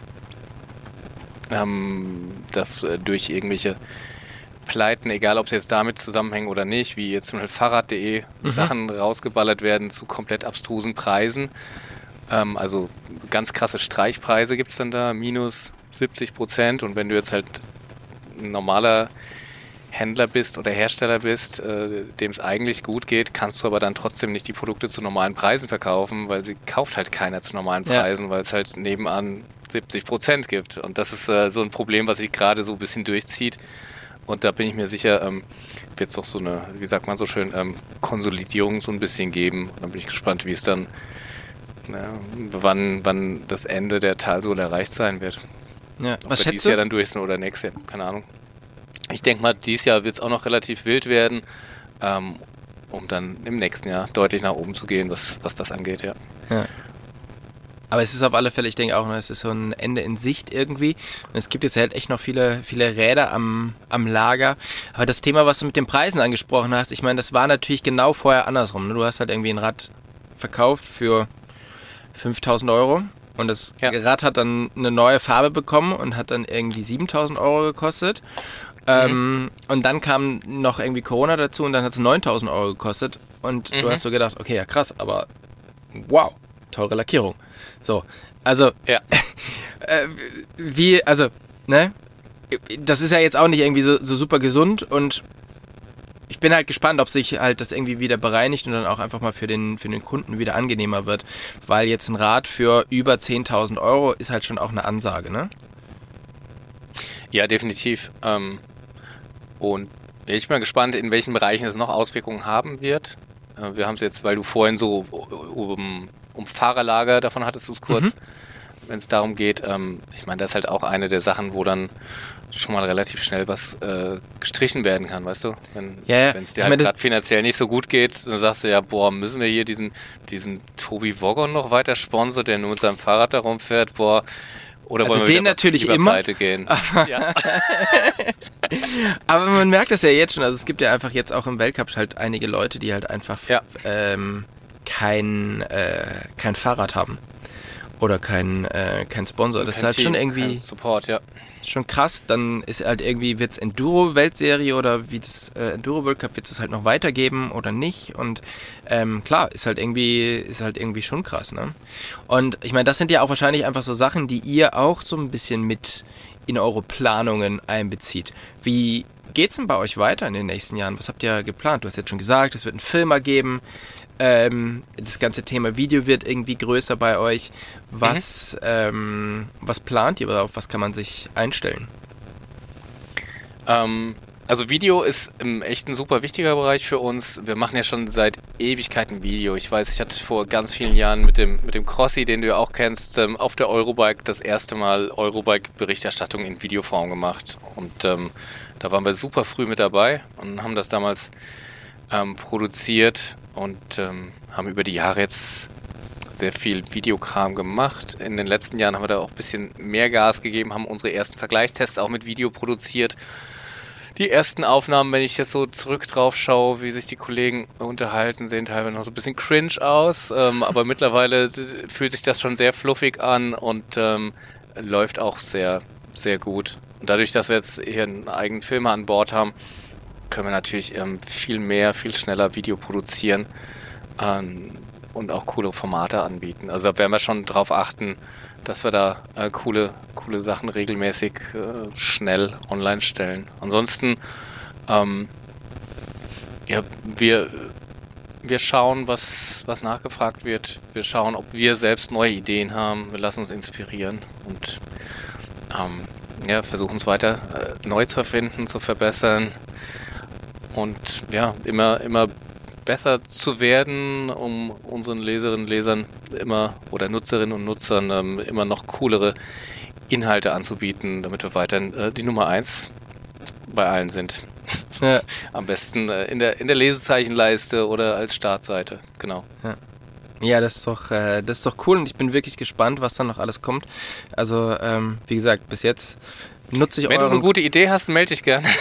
Ähm, dass äh, durch irgendwelche Pleiten, egal ob sie jetzt damit zusammenhängen oder nicht, wie jetzt zum Beispiel Fahrrad punkt de, mhm. Sachen rausgeballert werden zu komplett abstrusen Preisen. Ähm, also ganz krasse Streichpreise gibt es dann da, minus siebzig Prozent. Und wenn du jetzt halt ein normaler Händler bist oder Hersteller bist, äh, dem es eigentlich gut geht, kannst du aber dann trotzdem nicht die Produkte zu normalen Preisen verkaufen, weil sie kauft halt keiner zu normalen Preisen, ja. Weil es halt nebenan siebzig Prozent gibt. Und das ist äh, so ein Problem, was sich gerade so ein bisschen durchzieht. Und da bin ich mir sicher, ähm, wird es doch so eine, wie sagt man so schön, ähm, Konsolidierung so ein bisschen geben. Und dann bin ich gespannt, wie es dann, na, wann, wann das Ende der Talsohle erreicht sein wird. Ja. Ob Was wir schätzt dieses du? Jahr dann durch sind oder nächstes Jahr, keine Ahnung. Ich denke mal, dieses Jahr wird es auch noch relativ wild werden, ähm, um dann im nächsten Jahr deutlich nach oben zu gehen, was, was das angeht, ja. Ja. Aber es ist auf alle Fälle, ich denke auch, es ist so ein Ende in Sicht irgendwie. Und es gibt jetzt halt echt noch viele, viele Räder am, am Lager. Aber das Thema, was du mit den Preisen angesprochen hast, ich meine, das war natürlich genau vorher andersrum. Ne? Du hast halt irgendwie ein Rad verkauft für fünftausend Euro. Und das ja. Rad hat dann eine neue Farbe bekommen und hat dann irgendwie siebentausend Euro gekostet. Mhm. Ähm, und dann kam noch irgendwie Corona dazu und dann hat es neuntausend Euro gekostet. Und mhm. du hast so gedacht, okay, ja krass, aber wow, teure Lackierung. So, also, ja. äh, wie, also, ne, das ist ja jetzt auch nicht irgendwie so, so super gesund und ich bin halt gespannt, ob sich halt das irgendwie wieder bereinigt und dann auch einfach mal für den, für den Kunden wieder angenehmer wird, weil jetzt ein Rad für über zehntausend Euro ist halt schon auch eine Ansage, ne? Ja, definitiv. Ähm, und ich bin mal gespannt, in welchen Bereichen es noch Auswirkungen haben wird. Äh, wir haben es jetzt, weil du vorhin so um, um Fahrerlager, davon hattest du es kurz, mhm. wenn es darum geht, ähm, ich meine, das ist halt auch eine der Sachen, wo dann schon mal relativ schnell was äh, gestrichen werden kann, weißt du? Wenn ja, ja. es dir halt gerade finanziell nicht so gut geht, dann sagst du ja, boah, müssen wir hier diesen, diesen Tobi Woggon noch weiter sponsern, der nur mit seinem Fahrrad da rumfährt, boah, oder also wollen wir den natürlich immer pleite gehen? Ja. Aber man merkt das ja jetzt schon, also es gibt ja einfach jetzt auch im Weltcup halt einige Leute, die halt einfach ja. ähm, kein, äh, kein Fahrrad haben. Oder kein, äh, kein Sponsor. Das Kein ist halt Team, schon irgendwie kein Support, ja. schon krass. Dann ist halt irgendwie, wird es Enduro-Weltserie oder wie das äh, Enduro-World Cup, wird es halt noch weitergeben oder nicht. Und ähm, klar, ist halt irgendwie, ist halt irgendwie schon krass, ne? Und ich meine, das sind ja auch wahrscheinlich einfach so Sachen, die ihr auch so ein bisschen mit in eure Planungen einbezieht. Wie geht's denn bei euch weiter in den nächsten Jahren? Was habt ihr geplant? Du hast jetzt schon gesagt, es wird einen Filmer geben. Ähm, das ganze Thema Video wird irgendwie größer bei euch. Was, mhm. ähm, was plant ihr oder auf was kann man sich einstellen? Ähm, also Video ist im echt ein super wichtiger Bereich für uns. Wir machen ja schon seit Ewigkeiten Video. Ich weiß, ich hatte vor ganz vielen Jahren mit dem, mit dem Crossi, den du ja auch kennst, ähm, auf der Eurobike das erste Mal Eurobike-Berichterstattung in Videoform gemacht. Und ähm, da waren wir super früh mit dabei und haben das damals ähm, produziert und ähm, haben über die Jahre jetzt sehr viel Videokram gemacht. In den letzten Jahren haben wir da auch ein bisschen mehr Gas gegeben, haben unsere ersten Vergleichstests auch mit Video produziert. Die ersten Aufnahmen, wenn ich jetzt so zurück drauf schaue, wie sich die Kollegen unterhalten, sehen teilweise noch so ein bisschen cringe aus, ähm, aber mittlerweile fühlt sich das schon sehr fluffig an und ähm, läuft auch sehr, sehr gut. Und dadurch, dass wir jetzt hier einen eigenen Filmer an Bord haben, können wir natürlich ähm, viel mehr, viel schneller Video produzieren ähm, und auch coole Formate anbieten. Also da werden wir schon drauf achten, dass wir da äh, coole, coole Sachen regelmäßig äh, schnell online stellen. Ansonsten, ähm, ja, wir, wir schauen, was, was nachgefragt wird. Wir schauen, ob wir selbst neue Ideen haben. Wir lassen uns inspirieren und ähm, ja, versuchen es weiter äh, neu zu erfinden, zu verbessern. Und ja, immer, immer besser zu werden, um unseren Leserinnen und Lesern immer oder Nutzerinnen und Nutzern ähm, immer noch coolere Inhalte anzubieten, damit wir weiterhin äh, die Nummer eins bei allen sind. Ja. Am besten äh, in der in der Lesezeichenleiste oder als Startseite, genau. Ja. Ja, das ist doch, äh, das ist doch cool und ich bin wirklich gespannt, was dann noch alles kommt. Also, ähm, wie gesagt, bis jetzt nutze ich Wenn euren... du eine gute Idee hast, melde dich gern.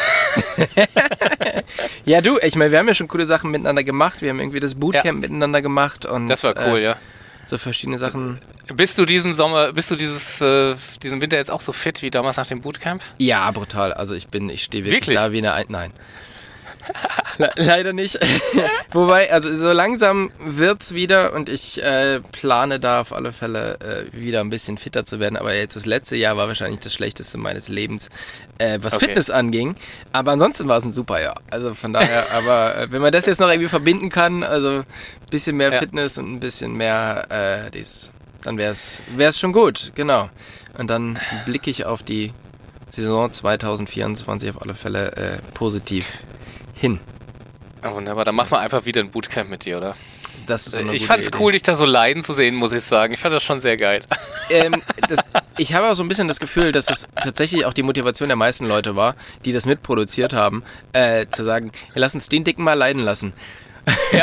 Ja, du, ich meine, wir haben ja schon coole Sachen miteinander gemacht. Wir haben irgendwie das Bootcamp ja. miteinander gemacht. Und, das war cool, äh, ja. So verschiedene Sachen. Bist du diesen Sommer, bist du dieses, äh, diesen Winter jetzt auch so fit wie damals nach dem Bootcamp? Ja, brutal. Also ich bin, ich stehe wirklich, wirklich da wie eine... Ein- Nein. Le- leider nicht. Wobei, also so langsam wird's wieder und ich äh, plane da auf alle Fälle äh, wieder ein bisschen fitter zu werden. Aber jetzt das letzte Jahr war wahrscheinlich das schlechteste meines Lebens, äh, was okay. Fitness anging. Aber ansonsten war es ein super Jahr. Also von daher, aber äh, wenn man das jetzt noch irgendwie verbinden kann, also ein bisschen mehr ja. Fitness und ein bisschen mehr äh, dies, dann wäre es schon gut. Genau. Und dann blicke ich auf die Saison zwanzig vierundzwanzig auf alle Fälle äh, positiv hin. Ja, wunderbar, dann machen wir einfach wieder ein Bootcamp mit dir, oder? Das ist so eine ich gute fand's Idee. cool, dich da so leiden zu sehen, muss ich sagen. Ich fand das schon sehr geil. Ähm, das, ich habe auch so ein bisschen das Gefühl, dass es tatsächlich auch die Motivation der meisten Leute war, die das mitproduziert haben, äh, zu sagen, wir lassen uns den Dicken mal leiden lassen. Ja.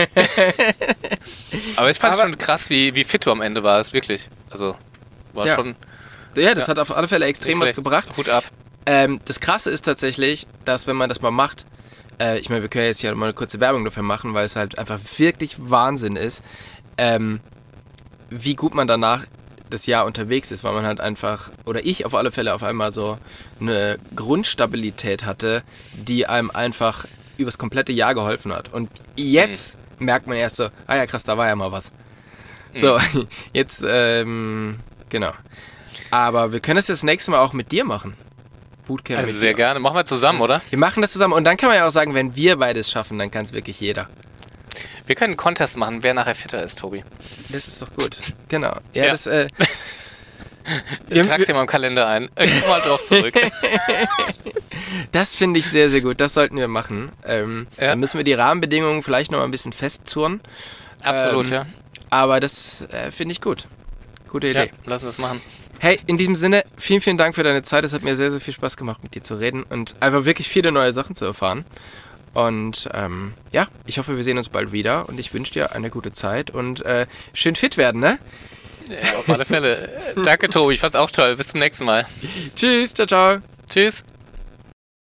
Aber ich fand Aber, schon krass, wie, wie fit du am Ende warst, wirklich. Also, war ja. schon... Ja, das ja. hat auf alle Fälle extrem was gebracht. Hut ab. Ähm, das Krasse ist tatsächlich, dass wenn man das mal macht, äh, ich meine, wir können jetzt hier mal eine kurze Werbung dafür machen, weil es halt einfach wirklich Wahnsinn ist, ähm, wie gut man danach das Jahr unterwegs ist, weil man halt einfach, oder ich auf alle Fälle auf einmal so eine Grundstabilität hatte, die einem einfach übers komplette Jahr geholfen hat. Und jetzt mhm. merkt man erst so, ah ja krass, da war ja mal was. Mhm. So, jetzt, ähm, genau. Aber wir können das das nächste Mal auch mit dir machen. Bootcamp. Also sehr gerne. Machen wir zusammen, oder? Wir machen das zusammen und dann kann man ja auch sagen, wenn wir beides schaffen, dann kann es wirklich jeder. Wir können einen Contest machen, wer nachher fitter ist, Tobi. Das ist doch gut. Genau. Ja, ja. das, äh, ich trag's dir mal im Kalender ein. Ich komm mal drauf zurück. Das finde ich sehr, sehr gut. Das sollten wir machen. Ähm, ja. Dann müssen wir die Rahmenbedingungen vielleicht noch mal ein bisschen festzurren. Absolut, ähm, ja. Aber das äh, finde ich gut. Gute Idee. Ja, lass uns das machen. Hey, in diesem Sinne, vielen, vielen Dank für deine Zeit. Es hat mir sehr, sehr viel Spaß gemacht, mit dir zu reden und einfach wirklich viele neue Sachen zu erfahren. Und ähm, ja, ich hoffe, wir sehen uns bald wieder und ich wünsche dir eine gute Zeit und äh, schön fit werden, ne? Ja, auf alle Fälle. Danke, Tobi. Ich fand's auch toll. Bis zum nächsten Mal. Tschüss, ciao, ciao. Tschüss.